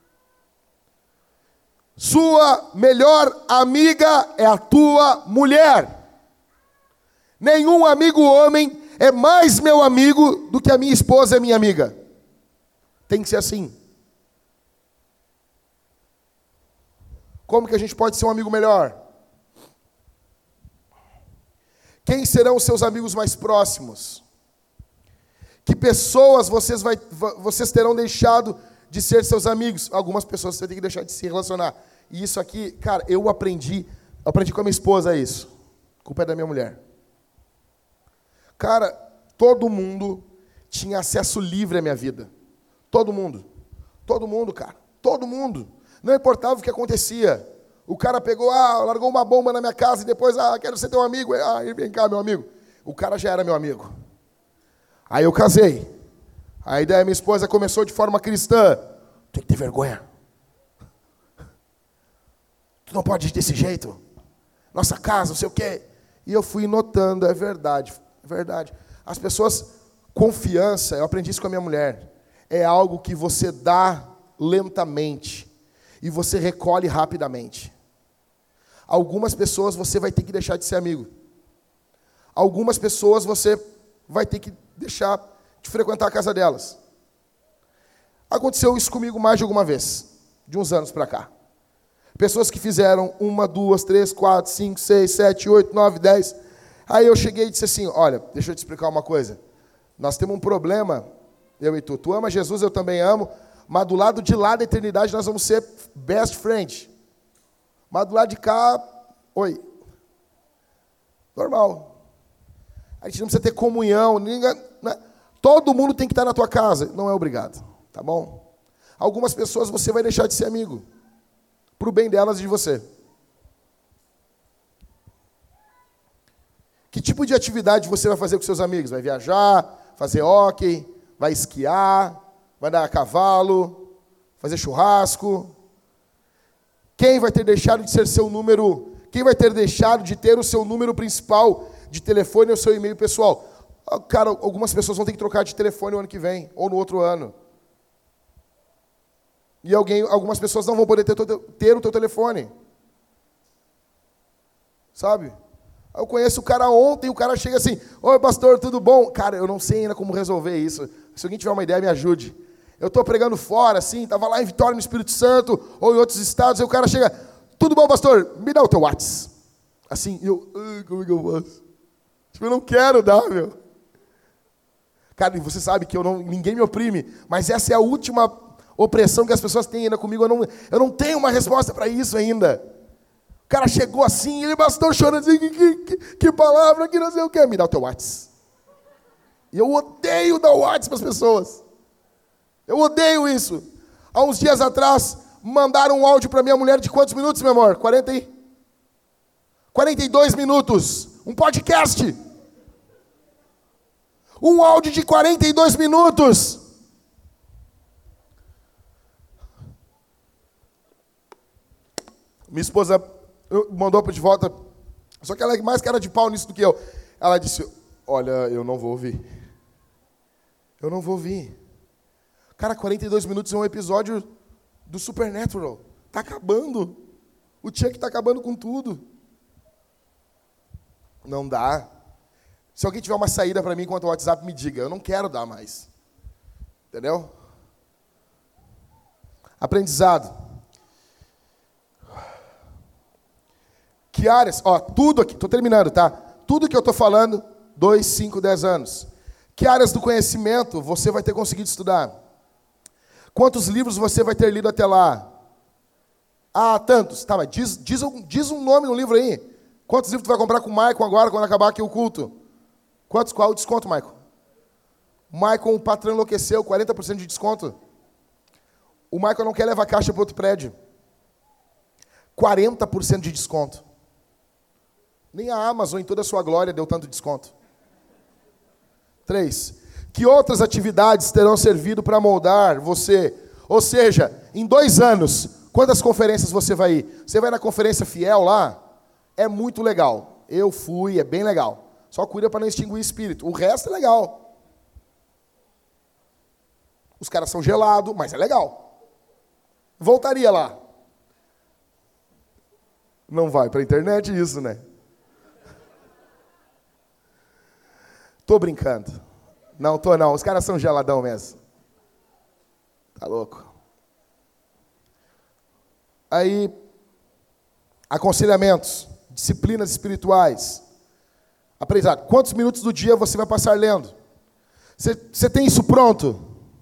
Sua melhor amiga é a tua mulher. Nenhum amigo homem é mais meu amigo do que a minha esposa é minha amiga. Tem que ser assim. Como que a gente pode ser um amigo melhor? Quem serão os seus amigos mais próximos? Que pessoas vocês, vai, vocês terão deixado de ser seus amigos? Algumas pessoas você tem que deixar de se relacionar. E isso aqui, cara, eu aprendi, eu aprendi com a minha esposa isso. A culpa é da minha mulher. Cara, todo mundo tinha acesso livre à minha vida. Todo mundo. Todo mundo, cara. Todo mundo. Não importava o que acontecia. O cara pegou, ah, largou uma bomba na minha casa e depois, ah, quero ser teu amigo. Ah, vem cá, meu amigo. O cara já era meu amigo. Aí eu casei. Aí daí minha esposa começou de forma cristã. Tem que ter vergonha. Tu não pode ir desse jeito. Nossa casa, não sei o quê. E eu fui notando, é verdade, é verdade. As pessoas, confiança, eu aprendi isso com a minha mulher, é algo que você dá lentamente e você recolhe rapidamente. Algumas pessoas você vai ter que deixar de ser amigo. Algumas pessoas você vai ter que deixar de frequentar a casa delas. Aconteceu isso comigo mais de alguma vez, de uns anos para cá. Pessoas que fizeram uma, duas, três, quatro, cinco, seis, sete, oito, nove, dez. Aí eu cheguei e disse assim, olha, deixa eu te explicar uma coisa. Nós temos um problema, eu e tu. Tu ama Jesus, eu também amo, mas do lado de lá da eternidade nós vamos ser best friend. Mas do lado de cá, oi. Normal. A gente não precisa ter comunhão. Ninguém, né? Todo mundo tem que estar na tua casa. Não é obrigado, tá bom? Algumas pessoas você vai deixar de ser amigo. Para o bem delas e de você. Que tipo de atividade você vai fazer com seus amigos? Vai viajar, fazer hóquei, vai esquiar, vai andar a cavalo, fazer churrasco? Quem vai ter deixado de ser seu número, quem vai ter deixado de ter o seu número principal de telefone ou seu e-mail pessoal? Cara, algumas pessoas vão ter que trocar de telefone o ano que vem, ou no outro ano. E alguém, algumas pessoas não vão poder ter, ter o teu telefone. Sabe? Eu conheço o cara ontem, o cara chega assim, oi pastor, tudo bom? Cara, eu não sei ainda como resolver isso. Se alguém tiver uma ideia, me ajude. Eu estou pregando fora, assim, estava lá em Vitória, no Espírito Santo, ou em outros estados, e o cara chega, tudo bom pastor? Me dá o teu WhatsApp. Assim, eu, como é que eu faço? Tipo, eu não quero dar, meu. Cara, e você sabe que eu não, ninguém me oprime, mas essa é a última opressão que as pessoas têm ainda comigo, eu não, eu não tenho uma resposta para isso ainda. O cara chegou assim, ele pastor chorando, assim, que, que, que palavra, que não sei o quê. Me dá o teu WhatsApp. E eu odeio dar o WhatsApp para as pessoas. Eu odeio isso. Há uns dias atrás, mandaram um áudio para minha mulher de quantos minutos, meu amor? quarenta e... quarenta e dois minutos. Um podcast. Um áudio de quarenta e dois minutos. Minha esposa mandou de volta, só que ela é mais cara de pau nisso do que eu. Ela disse, olha, eu não vou ouvir. Eu não vou ouvir. Cara, quarenta e dois minutos é um episódio do Supernatural. Está acabando. O Chuck está acabando com tudo. Não dá. Se alguém tiver uma saída para mim quanto ao WhatsApp, me diga. Eu não quero dar mais. Entendeu? Aprendizado. Que áreas? Ó, tudo aqui, estou terminando, tá? Tudo que eu estou falando, dois, cinco, dez anos. Que áreas do conhecimento você vai ter conseguido estudar? Quantos livros você vai ter lido até lá? Ah, tantos. Tá, mas diz, diz, um, diz um nome no livro aí. Quantos livros tu vai comprar com o Maicon agora, quando acabar aqui o culto? Quantos? Qual é o desconto, Maicon? O Maicon, o patrão enlouqueceu, quarenta por cento de desconto. O Maicon não quer levar caixa para outro prédio. quarenta por cento de desconto. Nem a Amazon, em toda a sua glória, deu tanto desconto. Três. Que outras atividades terão servido para moldar você? Ou seja, em dois anos, quantas conferências você vai ir? Você vai na conferência Fiel lá? É muito legal. Eu fui, é bem legal. Só cuida para não extinguir o espírito. O resto é legal. Os caras são gelados, mas é legal. Voltaria lá. Não vai para a internet isso, né? Tô brincando. Não, tô não. Os caras são geladão mesmo. Tá louco. Aí, aconselhamentos, disciplinas espirituais, aprendizado. Quantos minutos do dia você vai passar lendo? Você, você tem isso pronto?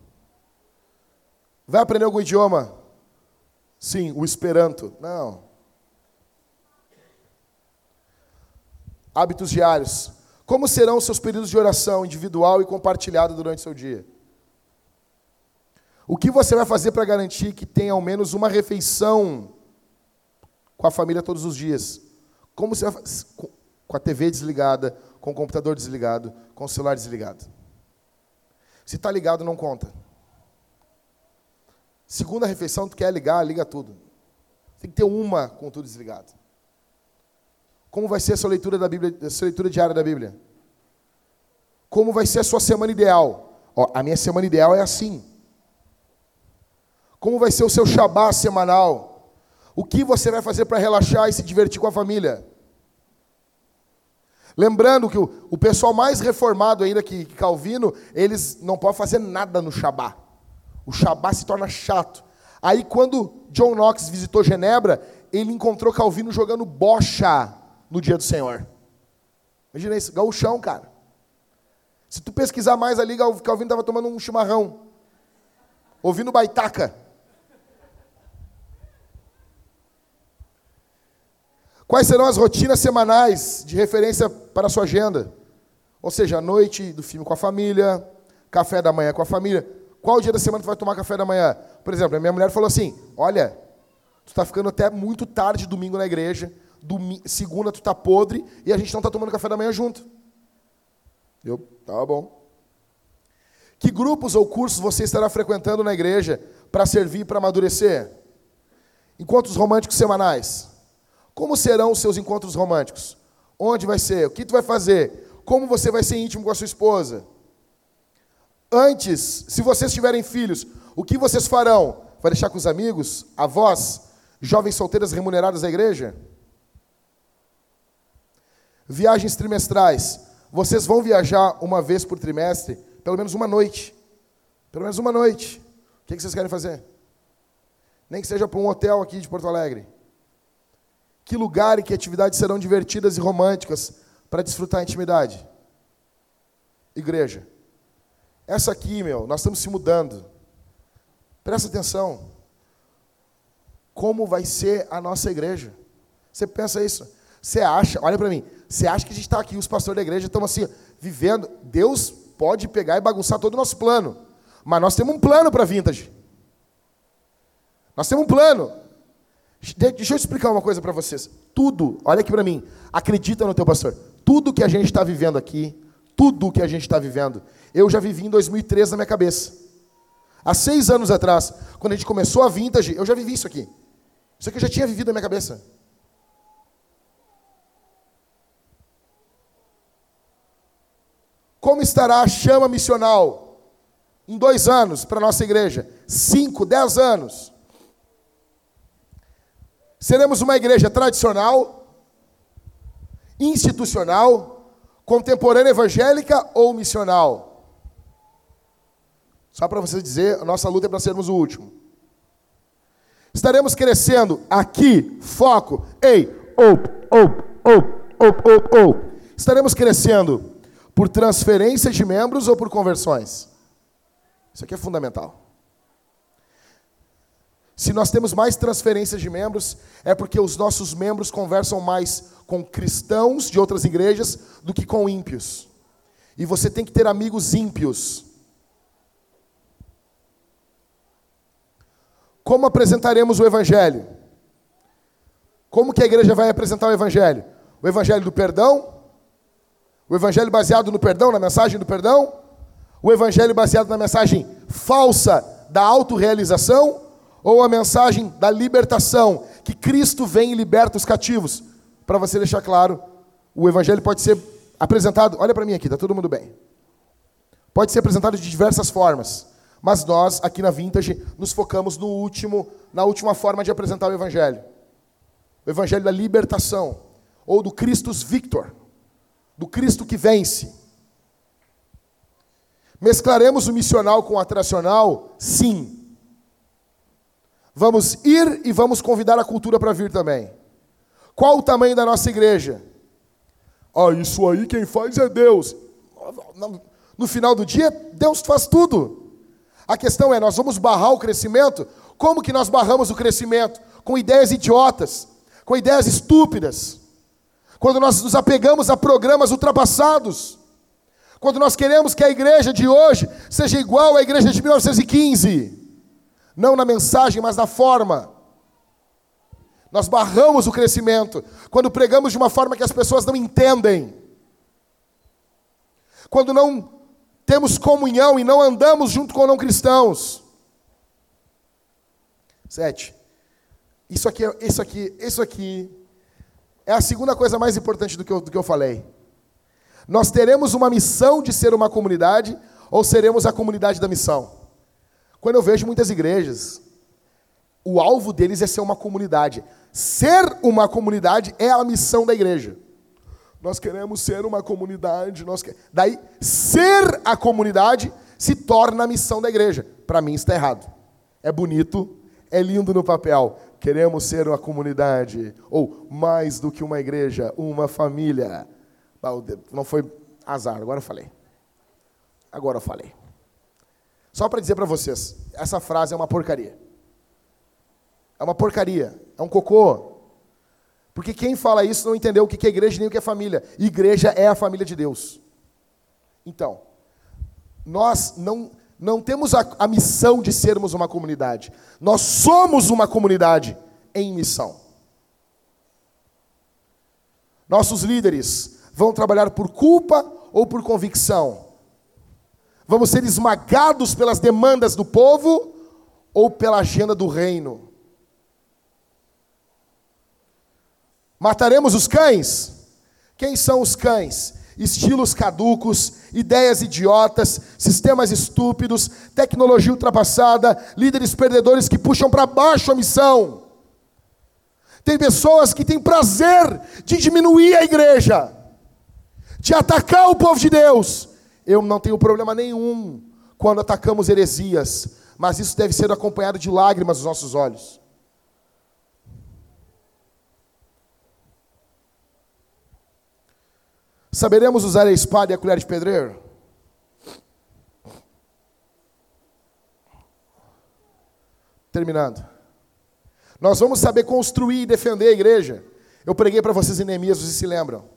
Vai aprender algum idioma? Sim, o Esperanto. Não. Hábitos diários. Como serão os seus períodos de oração individual e compartilhado durante o seu dia? O que você vai fazer para garantir que tenha ao menos uma refeição com a família todos os dias? Como você vai fazer? Com a T V desligada, com o computador desligado, com o celular desligado. Se está ligado, não conta. Segunda refeição, tu quer ligar, liga tudo. Tem que ter uma com tudo desligado. Como vai ser a sua leitura da Bíblia, a sua leitura diária da Bíblia? Como vai ser a sua semana ideal? Ó, a minha semana ideal é assim. Como vai ser o seu Shabá semanal? O que você vai fazer para relaxar e se divertir com a família? Lembrando que o, o pessoal mais reformado ainda que, que Calvino, eles não podem fazer nada no Shabá. O Shabá se torna chato. Aí quando John Knox visitou Genebra, ele encontrou Calvino jogando bocha no dia do Senhor. Imagina isso, gauchão, cara. Se tu pesquisar mais ali, Calvino estava tomando um chimarrão, ouvindo baitaca. Quais serão as rotinas semanais de referência para a sua agenda? Ou seja, a noite do filme com a família, café da manhã com a família. Qual dia da semana tu vai tomar café da manhã? Por exemplo, a minha mulher falou assim, olha, tu está ficando até muito tarde domingo na igreja, domingo, segunda tu está podre e a gente não está tomando café da manhã junto. Eu, tá bom. Que grupos ou cursos você estará frequentando na igreja para servir e para amadurecer? Encontros românticos semanais. Como serão os seus encontros românticos? Onde vai ser? O que tu vai fazer? Como você vai ser íntimo com a sua esposa? Antes, se vocês tiverem filhos, o que vocês farão? Vai deixar com os amigos, avós, jovens solteiras remuneradas da igreja? Viagens trimestrais. Vocês vão viajar uma vez por trimestre, pelo menos uma noite. Pelo menos uma noite. O que vocês querem fazer? Nem que seja para um hotel aqui de Porto Alegre. Que lugar e que atividades serão divertidas e românticas para desfrutar a intimidade? Igreja. Essa aqui, meu, nós estamos se mudando. Presta atenção. Como vai ser a nossa igreja? Você pensa isso? Você acha, olha para mim, você acha que a gente está aqui, os pastores da igreja estão assim, vivendo, Deus pode pegar e bagunçar todo o nosso plano, mas nós temos um plano para a Vintage. Nós temos um plano. Deixa eu explicar uma coisa para vocês. Tudo, olha aqui para mim, acredita no teu pastor, tudo que a gente está vivendo aqui, tudo que a gente está vivendo, eu já vivi em dois mil e treze na minha cabeça. Há seis anos atrás, quando a gente começou a Vintage, eu já vivi isso aqui. Isso aqui eu já tinha vivido na minha cabeça. Como estará a chama missional em dois anos para a nossa igreja? Cinco, dez anos. Seremos uma igreja tradicional, institucional, contemporânea evangélica ou missional? Só para vocês dizer, a nossa luta é para sermos o último. Estaremos crescendo aqui, foco. Ei, ou, ou, ou, ou, ou. Estaremos crescendo por transferência de membros ou por conversões? Isso aqui é fundamental. Se nós temos mais transferências de membros, é porque os nossos membros conversam mais com cristãos de outras igrejas do que com ímpios. E você tem que ter amigos ímpios. Como apresentaremos o Evangelho? Como que a igreja vai apresentar o Evangelho? O Evangelho do perdão? O Evangelho baseado no perdão, na mensagem do perdão? O Evangelho baseado na mensagem falsa da autorrealização? Ou a mensagem da libertação, que Cristo vem e liberta os cativos? Para você deixar claro, o Evangelho pode ser apresentado, olha para mim aqui, está todo mundo bem. Pode ser apresentado de diversas formas, mas nós, aqui na Vintage, nos focamos no último, na última forma de apresentar o Evangelho. O Evangelho da libertação, ou do Christus Victor, do Cristo que vence. Mesclaremos o missional com o atracional? Sim. Vamos ir e vamos convidar a cultura para vir também. Qual o tamanho da nossa igreja? Ah, isso aí quem faz é Deus. No final do dia, Deus faz tudo. A questão é, nós vamos barrar o crescimento? Como que nós barramos o crescimento? Com ideias idiotas, com ideias estúpidas. Quando nós nos apegamos a programas ultrapassados. Quando nós queremos que a igreja de hoje seja igual à igreja de mil novecentos e quinze. Não na mensagem, mas na forma. Nós barramos o crescimento quando pregamos de uma forma que as pessoas não entendem. Quando não temos comunhão e não andamos junto com não cristãos. Sete. Isso aqui, isso aqui, isso aqui é a segunda coisa mais importante do que eu, do que eu falei. Nós teremos uma missão de ser uma comunidade ou seremos a comunidade da missão? Quando eu vejo muitas igrejas, o alvo deles é ser uma comunidade. Ser uma comunidade é a missão da igreja. Nós queremos ser uma comunidade. Nós que... Daí, ser a comunidade se torna a missão da igreja. Para mim, isso está errado. É bonito, é lindo no papel. Queremos ser uma comunidade. Ou, mais do que uma igreja, uma família. Não foi azar, agora eu falei. Agora eu falei. Só para dizer para vocês, essa frase é uma porcaria. É uma porcaria, é um cocô. Porque quem fala isso não entendeu o que é igreja nem o que é família. Igreja é a família de Deus. Então, nós não, não temos a, a missão de sermos uma comunidade. Nós somos uma comunidade em missão. Nossos líderes vão trabalhar por culpa ou por convicção? Vamos ser esmagados pelas demandas do povo ou pela agenda do reino? Mataremos os cães? Quem são os cães? Estilos caducos, ideias idiotas, sistemas estúpidos, tecnologia ultrapassada, líderes perdedores que puxam para baixo a missão. Tem pessoas que têm prazer de diminuir a igreja, de atacar o povo de Deus. Eu não tenho problema nenhum quando atacamos heresias, mas isso deve ser acompanhado de lágrimas nos nossos olhos. Saberemos usar a espada e a colher de pedreiro? Terminando. Nós vamos saber construir e defender a igreja. Eu preguei para vocês em Neemias, vocês se lembram?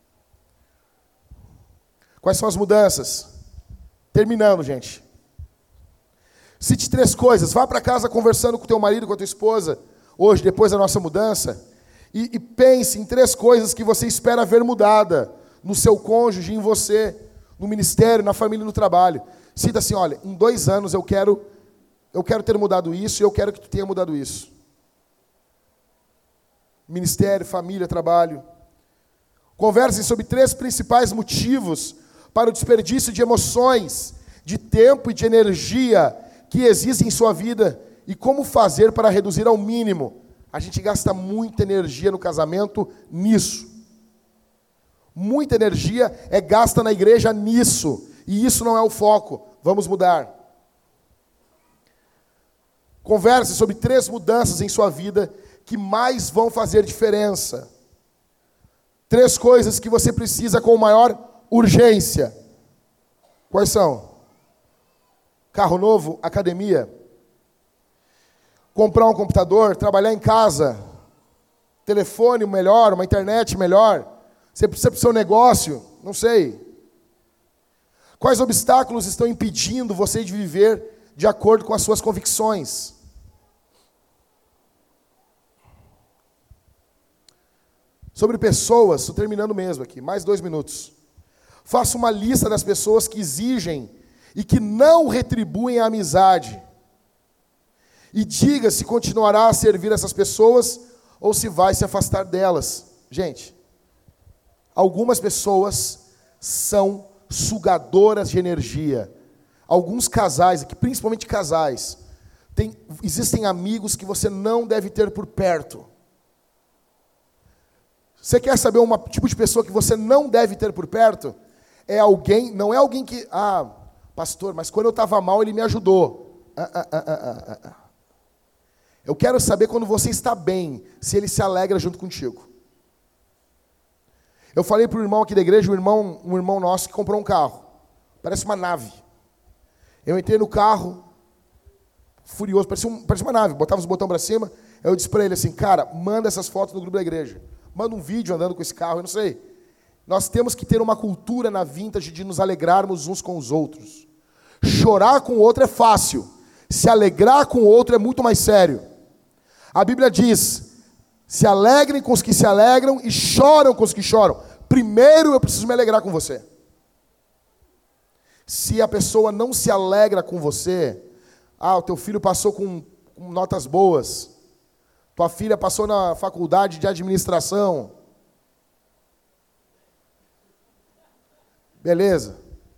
Quais são as mudanças? Terminando, gente. Cite três coisas. Vá para casa conversando com o teu marido, com a tua esposa, hoje, depois da nossa mudança, e, e pense em três coisas que você espera ver mudada no seu cônjuge, em você, no ministério, na família e no trabalho. Cita assim, olha, em dois anos eu quero, eu quero ter mudado isso e eu quero que tu tenha mudado isso. Ministério, família, trabalho. Conversem sobre três principais motivos para o desperdício de emoções, de tempo e de energia que existem em sua vida e como fazer para reduzir ao mínimo. A gente gasta muita energia no casamento nisso. Muita energia é gasta na igreja nisso. E isso não é o foco. Vamos mudar. Converse sobre três mudanças em sua vida que mais vão fazer diferença. Três coisas que você precisa com maior urgência. Quais são? Carro novo, academia, comprar um computador, trabalhar em casa, telefone melhor, uma internet melhor, você precisa para o seu negócio, não sei. Quais obstáculos estão impedindo você de viver de acordo com as suas convicções? Sobre pessoas, estou terminando mesmo aqui, mais dois minutos. Faça uma lista das pessoas que exigem e que não retribuem a amizade. E diga se continuará a servir essas pessoas ou se vai se afastar delas. Gente, algumas pessoas são sugadoras de energia. Alguns casais, aqui, principalmente casais, tem, existem amigos que você não deve ter por perto. Você quer saber um tipo de pessoa que você não deve ter por perto? É alguém, não é alguém que, ah, pastor, mas quando eu estava mal ele me ajudou. Ah, ah, ah, ah, ah, ah. Eu quero saber quando você está bem, se ele se alegra junto contigo. Eu falei para o irmão aqui da igreja, um irmão, um irmão nosso que comprou um carro. Parece uma nave. Eu entrei no carro, furioso, parecia, um, parecia uma nave, botava os botões para cima. Eu disse para ele assim, cara, manda essas fotos no grupo da igreja. Manda um vídeo andando com esse carro, eu não sei. Nós temos que ter uma cultura na Vintage de nos alegrarmos uns com os outros. Chorar com o outro é fácil. Se alegrar com o outro é muito mais sério. A Bíblia diz, se alegrem com os que se alegram e choram com os que choram. Primeiro eu preciso me alegrar com você. Se a pessoa não se alegra com você, ah, o teu filho passou com, com notas boas, tua filha passou na faculdade de administração, beleza.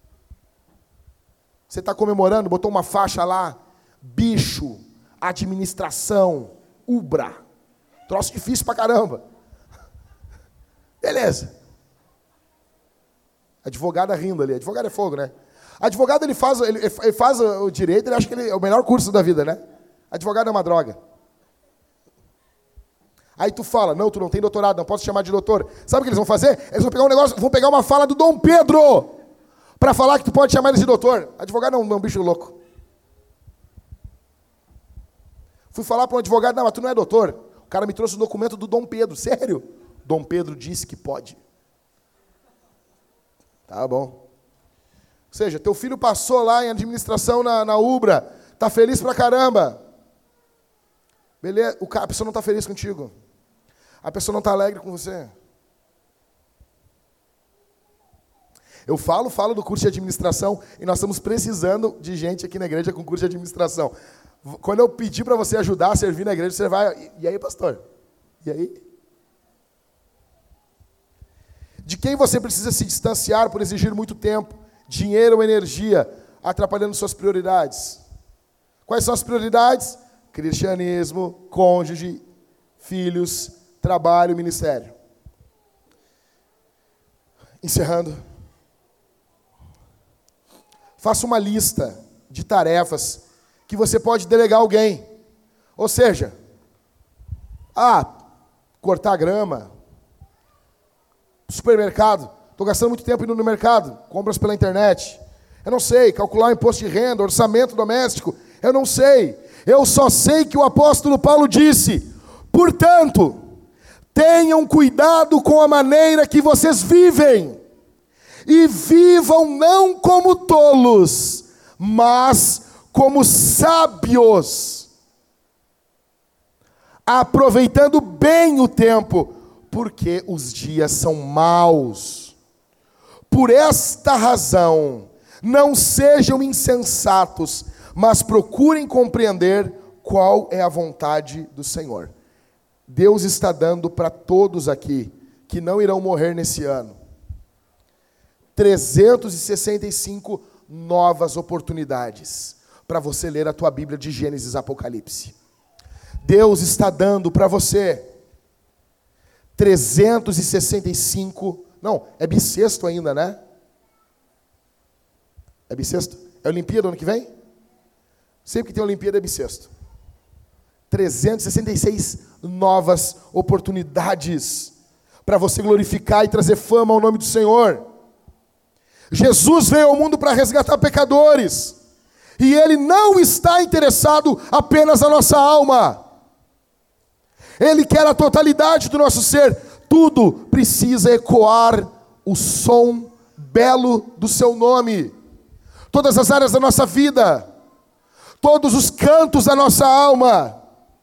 Você está comemorando, botou uma faixa lá, bicho, administração, ubra. Troço difícil pra caramba. Beleza. Advogada rindo ali. Advogado é fogo, né? Advogado, ele faz, ele, ele faz o direito, ele acha que ele é o melhor curso da vida, né? Advogado é uma droga. Aí tu fala, não, tu não tem doutorado, não posso chamar de doutor. Sabe o que eles vão fazer? Eles vão pegar um negócio, vão pegar uma fala do Dom Pedro para falar que tu pode chamar ele de doutor. Advogado não é um bicho louco. Fui falar para um advogado, não, mas tu não é doutor. O cara me trouxe o documento do Dom Pedro. Sério? Dom Pedro disse que pode. Tá bom. Ou seja, teu filho passou lá em administração na, na Ubra, tá feliz pra caramba. Beleza? O cara, a pessoa não está feliz contigo. A pessoa não está alegre com você. Eu falo, falo do curso de administração e nós estamos precisando de gente aqui na igreja com curso de administração. Quando eu pedir para você ajudar a servir na igreja, você vai... E aí, pastor? E aí? De quem você precisa se distanciar por exigir muito tempo, dinheiro ou energia, atrapalhando suas prioridades? Quais são as prioridades? Cristianismo, cônjuge, filhos, trabalho, ministério. Encerrando. Faça uma lista de tarefas que você pode delegar a alguém. Ou seja, ah, cortar grama, supermercado, estou gastando muito tempo indo no mercado, compras pela internet. Eu não sei, calcular o imposto de renda, orçamento doméstico, eu não sei. Eu só sei que o apóstolo Paulo disse, portanto, tenham cuidado com a maneira que vocês vivem, e vivam não como tolos, mas como sábios, aproveitando bem o tempo, porque os dias são maus. Por esta razão, não sejam insensatos, mas procurem compreender qual é a vontade do Senhor. Deus está dando para todos aqui, que não irão morrer nesse ano, trezentas e sessenta e cinco novas oportunidades para você ler a tua Bíblia de Gênesis a Apocalipse. Deus está dando para você trezentas e sessenta e cinco, não, é bissexto ainda, né? É bissexto? É Olimpíada ano que vem? Sempre que tem Olimpíada é bissexto. trezentas e sessenta e seis novas oportunidades para você glorificar e trazer fama ao nome do Senhor. Jesus veio ao mundo para resgatar pecadores, e Ele não está interessado apenas na nossa alma. Ele quer a totalidade do nosso ser. Tudo precisa ecoar o som belo do seu nome. Todas as áreas da nossa vida, todos os cantos da nossa alma.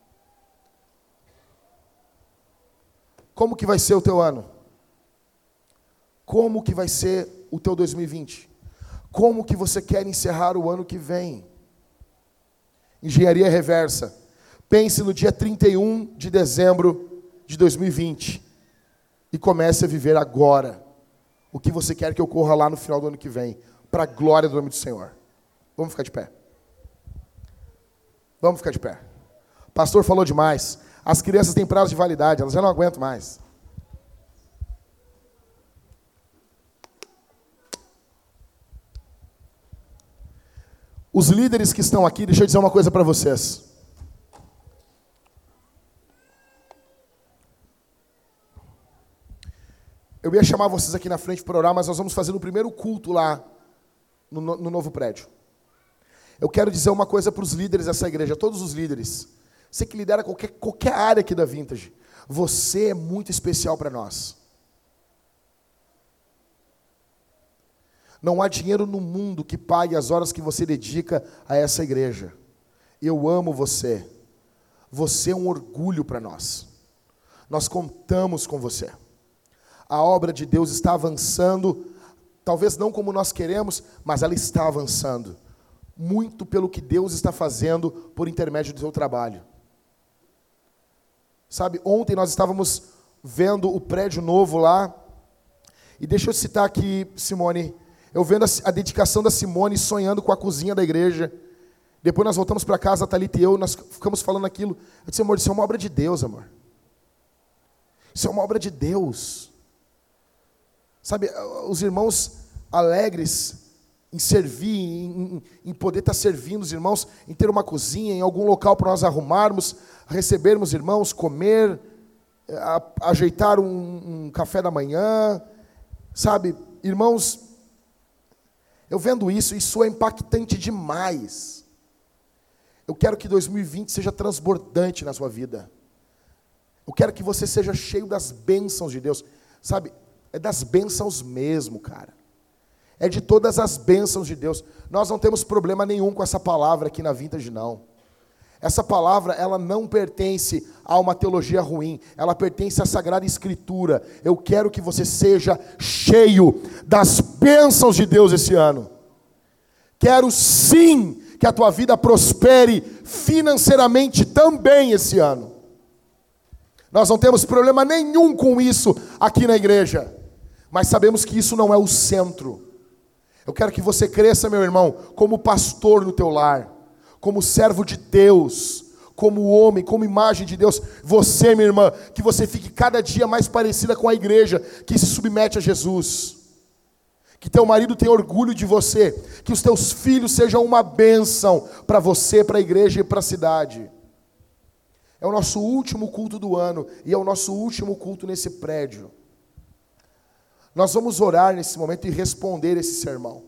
Como que vai ser o teu ano? Como que vai ser o teu dois mil e vinte? Como que você quer encerrar o ano que vem? Engenharia reversa. Pense no dia trinta e um de dezembro de dois mil e vinte e comece a viver agora o que você quer que ocorra lá no final do ano que vem, para a glória do nome do Senhor. Vamos ficar de pé. Vamos ficar de pé. O pastor falou demais. As crianças têm prazo de validade, elas já não aguentam mais. Os líderes que estão aqui, deixa eu dizer uma coisa para vocês. Eu ia chamar vocês aqui na frente para orar, mas nós vamos fazer o primeiro culto lá no, no novo prédio. Eu quero dizer uma coisa para os líderes dessa igreja, todos os líderes. Você que lidera qualquer, qualquer área aqui da Vintage, você é muito especial para nós. Não há dinheiro no mundo que pague as horas que você dedica a essa igreja. Eu amo você. Você é um orgulho para nós. Nós contamos com você. A obra de Deus está avançando, talvez não como nós queremos, mas ela está avançando. Muito pelo que Deus está fazendo por intermédio do seu trabalho. Sabe, ontem nós estávamos vendo o prédio novo lá, e deixa eu citar aqui, Simone, eu vendo a, a dedicação da Simone, sonhando com a cozinha da igreja. Depois nós voltamos para casa, a Thalita e eu, nós ficamos falando aquilo. Eu disse, amor, isso é uma obra de Deus, amor. Isso é uma obra de Deus. Sabe, os irmãos alegres em servir, em, em poder estar servindo os irmãos, em ter uma cozinha, em algum local para nós arrumarmos, recebermos irmãos, comer, a, ajeitar um, um café da manhã, sabe, irmãos, eu vendo isso, isso é impactante demais. Eu quero que dois mil e vinte seja transbordante na sua vida. Eu quero que você seja cheio das bênçãos de Deus, sabe, é das bênçãos mesmo, cara. É de todas as bênçãos de Deus. Nós não temos problema nenhum com essa palavra aqui na Vintage, não. Essa palavra, ela não pertence a uma teologia ruim. Ela pertence à Sagrada Escritura. Eu quero que você seja cheio das bênçãos de Deus esse ano. Quero sim que a tua vida prospere financeiramente também esse ano. Nós não temos problema nenhum com isso aqui na igreja. Mas sabemos que isso não é o centro. Eu quero que você cresça, meu irmão, como pastor no teu lar, como servo de Deus, como homem, como imagem de Deus. Você, minha irmã, que você fique cada dia mais parecida com a igreja que se submete a Jesus. Que teu marido tenha orgulho de você, que os teus filhos sejam uma bênção para você, para a igreja e para a cidade. É o nosso último culto do ano e é o nosso último culto nesse prédio. Nós vamos orar nesse momento e responder esse sermão.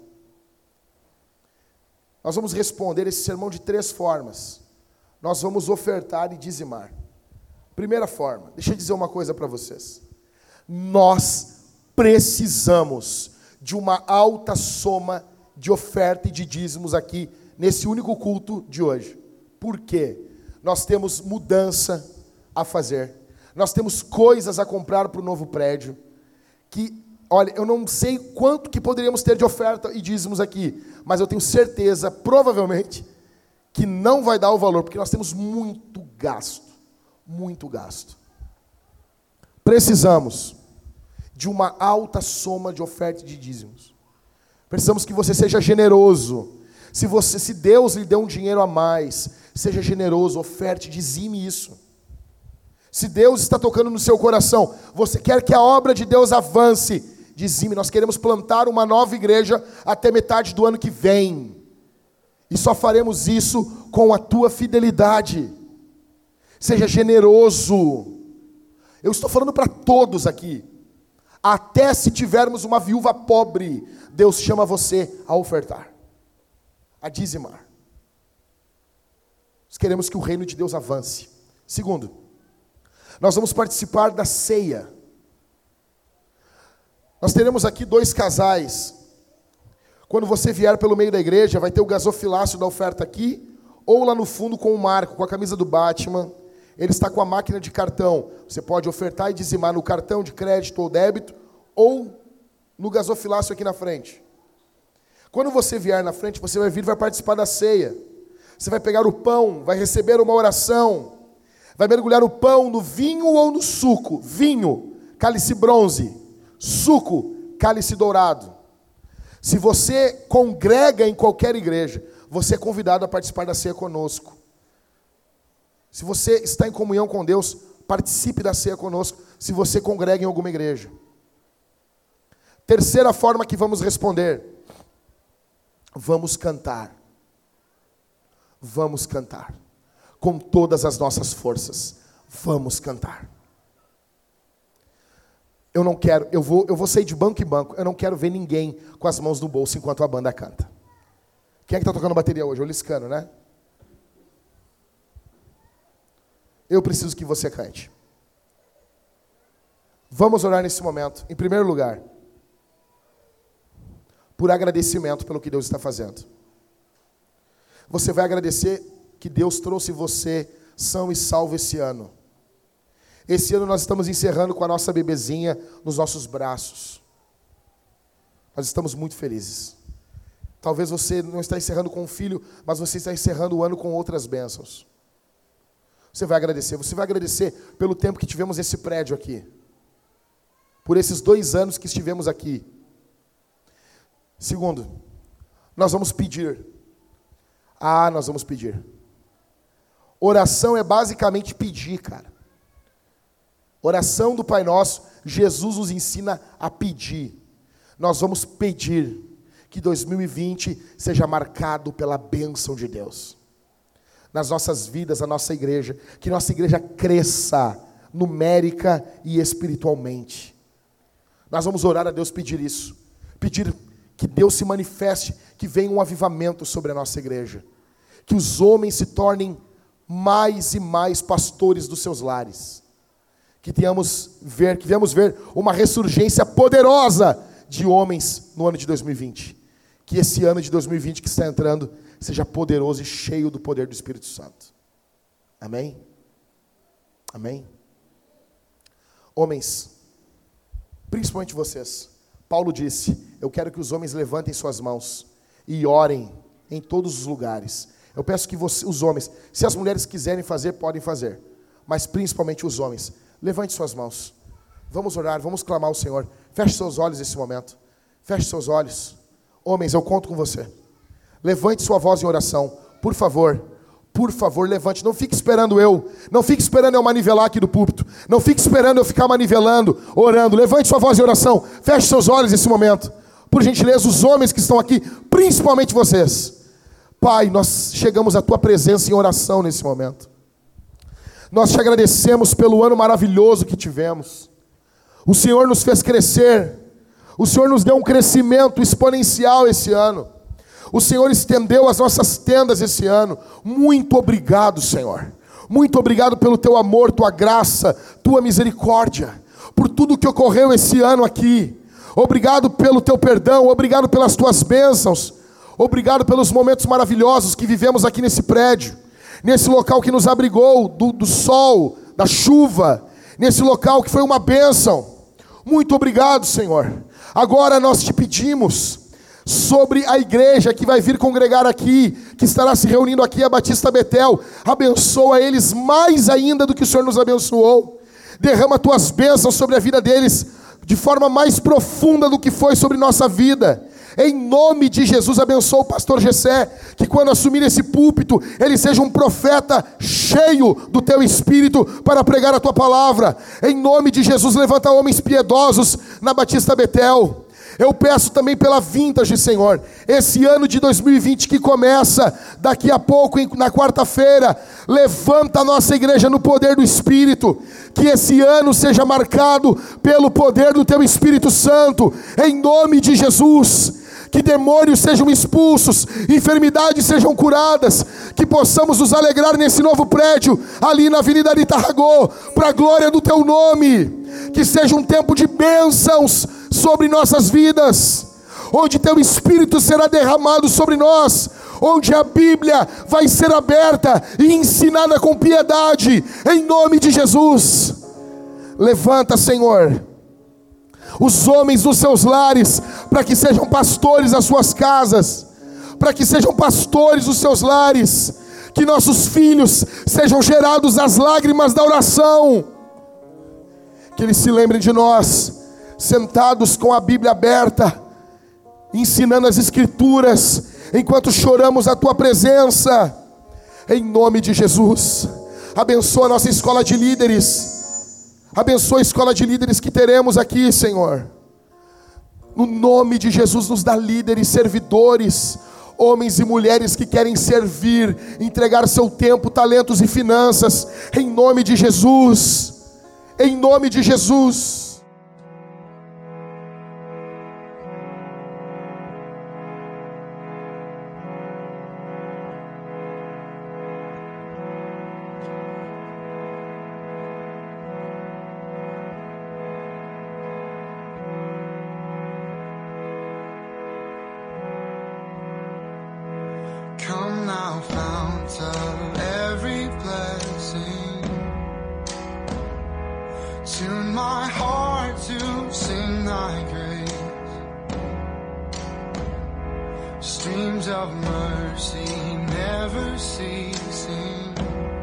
Nós vamos responder esse sermão de três formas. Nós vamos ofertar e dizimar. Primeira forma, deixa eu dizer uma coisa para vocês. Nós precisamos de uma alta soma de oferta e de dízimos aqui, nesse único culto de hoje. Por quê? Nós temos mudança a fazer. Nós temos coisas a comprar para o novo prédio, que... Olha, eu não sei quanto que poderíamos ter de oferta e dízimos aqui, mas eu tenho certeza, provavelmente, que não vai dar o valor, porque nós temos muito gasto, muito gasto. Precisamos de uma alta soma de oferta e de dízimos. Precisamos que você seja generoso. Se, você, se Deus lhe deu um dinheiro a mais, seja generoso, oferte, dizime isso. Se Deus está tocando no seu coração, você quer que a obra de Deus avance, dizime. Nós queremos plantar uma nova igreja até metade do ano que vem. E só faremos isso com a tua fidelidade. Seja generoso. Eu estou falando para todos aqui. Até se tivermos uma viúva pobre, Deus chama você a ofertar, a dizimar. Nós queremos que o reino de Deus avance. Segundo, nós vamos participar da ceia. Nós teremos aqui dois casais. Quando você vier pelo meio da igreja, vai ter o gasofilácio da oferta aqui, ou lá no fundo com o Marco, com a camisa do Batman. Ele está com a máquina de cartão. Você pode ofertar e dizimar no cartão de crédito ou débito, ou no gasofilácio aqui na frente. Quando você vier na frente, você vai vir e vai participar da ceia. Você vai pegar o pão, vai receber uma oração, vai mergulhar o pão no vinho ou no suco. Vinho, cálice bronze. Suco, cálice dourado. Se você congrega em qualquer igreja, você é convidado a participar da ceia conosco. Se você está em comunhão com Deus, participe da ceia conosco, se você congrega em alguma igreja. Terceira forma que vamos responder: vamos cantar. Vamos cantar. Com todas as nossas forças. Vamos cantar. Eu não quero, eu vou, eu vou sair de banco em banco, eu não quero ver ninguém com as mãos no bolso enquanto a banda canta. Quem é que está tocando bateria hoje? O Liscano, né? Eu preciso que você cante. Vamos orar nesse momento, em primeiro lugar, por agradecimento pelo que Deus está fazendo. Você vai agradecer que Deus trouxe você são e salvo esse ano. Esse ano nós estamos encerrando com a nossa bebezinha nos nossos braços. Nós estamos muito felizes. Talvez você não está encerrando com um filho, mas você está encerrando o ano com outras bênçãos. Você vai agradecer. Você vai agradecer pelo tempo que tivemos esse prédio aqui. Por esses dois anos que estivemos aqui. Segundo, nós vamos pedir. Ah, nós vamos pedir. Oração é basicamente pedir, cara. Oração do Pai Nosso, Jesus nos ensina a pedir. Nós vamos pedir que dois mil e vinte seja marcado pela bênção de Deus. Nas nossas vidas, a nossa igreja, que nossa igreja cresça numérica e espiritualmente. Nós vamos orar a Deus, pedir isso. Pedir que Deus se manifeste, que venha um avivamento sobre a nossa igreja. Que os homens se tornem mais e mais pastores dos seus lares. Que tenhamos ver, que venhamos ver uma ressurgência poderosa de homens no ano de dois mil e vinte. Que esse ano de dois mil e vinte que está entrando seja poderoso e cheio do poder do Espírito Santo. Amém? Amém? Homens, principalmente vocês, Paulo disse: eu quero que os homens levantem suas mãos e orem em todos os lugares. Eu peço que você, os homens, se as mulheres quiserem fazer, podem fazer, mas principalmente os homens, levante suas mãos. Vamos orar, vamos clamar ao Senhor. Feche seus olhos nesse momento. Feche seus olhos. Homens, eu conto com você. Levante sua voz em oração. Por favor, por favor, levante. Não fique esperando eu. Não fique esperando eu manivelar aqui do púlpito. Não fique esperando eu ficar manivelando, orando. Levante sua voz em oração. Feche seus olhos nesse momento. Por gentileza, os homens que estão aqui, principalmente vocês. Pai, nós chegamos à tua presença em oração nesse momento. Nós te agradecemos pelo ano maravilhoso que tivemos. O Senhor nos fez crescer. O Senhor nos deu um crescimento exponencial esse ano. O Senhor estendeu as nossas tendas esse ano. Muito obrigado, Senhor. Muito obrigado pelo teu amor, tua graça, tua misericórdia. Por tudo que ocorreu esse ano aqui. Obrigado pelo teu perdão. Obrigado pelas tuas bênçãos. Obrigado pelos momentos maravilhosos que vivemos aqui nesse prédio. Nesse local que nos abrigou do, do sol, da chuva, nesse local que foi uma bênção. Muito obrigado, Senhor. Agora nós te pedimos sobre a igreja que vai vir congregar aqui, que estará se reunindo aqui, a Batista Betel. Abençoa eles mais ainda do que o Senhor nos abençoou. Derrama tuas bênçãos sobre a vida deles de forma mais profunda do que foi sobre nossa vida. Em nome de Jesus, abençoa o pastor Gessé, que quando assumir esse púlpito, ele seja um profeta cheio do teu espírito para pregar a tua palavra. Em nome de Jesus, levanta homens piedosos na Batista Betel. Eu peço também pela Vintage, Senhor, esse ano de dois mil e vinte que começa daqui a pouco, na quarta-feira. Levanta a nossa igreja no poder do Espírito, que esse ano seja marcado pelo poder do Teu Espírito Santo, em nome de Jesus. Que demônios sejam expulsos, enfermidades sejam curadas, que possamos nos alegrar nesse novo prédio, ali na Avenida Aritarragô, para a glória do Teu nome. Que seja um tempo de bênçãos sobre nossas vidas, onde Teu Espírito será derramado sobre nós, onde a Bíblia vai ser aberta e ensinada com piedade, em nome de Jesus. Levanta, Senhor, os homens dos seus lares, para que sejam pastores das suas casas, para que sejam pastores dos seus lares, que nossos filhos sejam gerados às lágrimas da oração, que eles se lembrem de nós, sentados com a Bíblia aberta, ensinando as Escrituras, enquanto choramos a Tua presença, em nome de Jesus. Abençoa a nossa escola de líderes, abençoa a escola de líderes que teremos aqui, Senhor. No nome de Jesus, nos dá líderes, servidores, homens e mulheres que querem servir, entregar seu tempo, talentos e finanças, em nome de Jesus, em nome de Jesus. Come now, fount of every blessing, tune my heart to sing Thy grace. Streams of mercy never ceasing,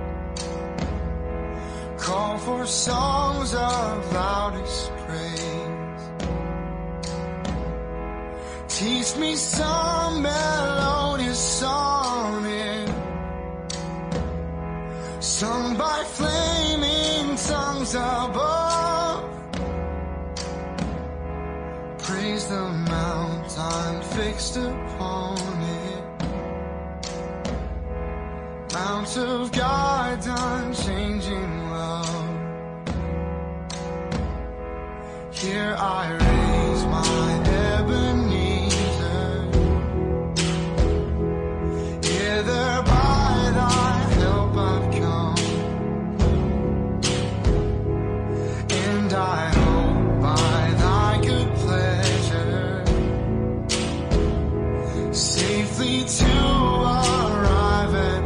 call for songs of loudest praise. Teach me some melodious sonnet, sung by flaming tongues above. Praise the mount I'm fixed upon it, mount of God's unchanging love. Here I raise my Ebenezer, hither by Thy help I've come, and I hope by Thy good pleasure safely to arrive at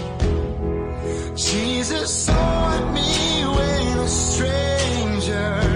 home. Jesus sought me when a stranger,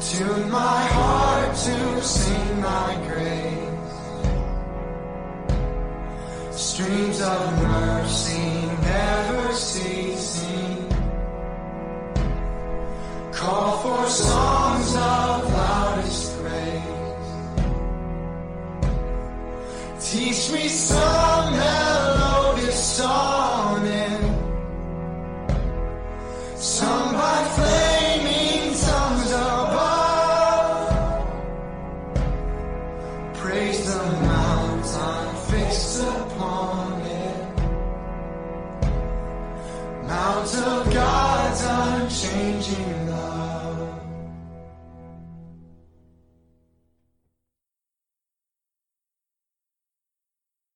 Tune my heart to sing thy grace. Streams of mercy never ceasing. Call for songs of loudest praise. Teach me some melodious sonnet, sung by flaming tongues above. Praise the mountain fixed upon it, Mount of God's unchanging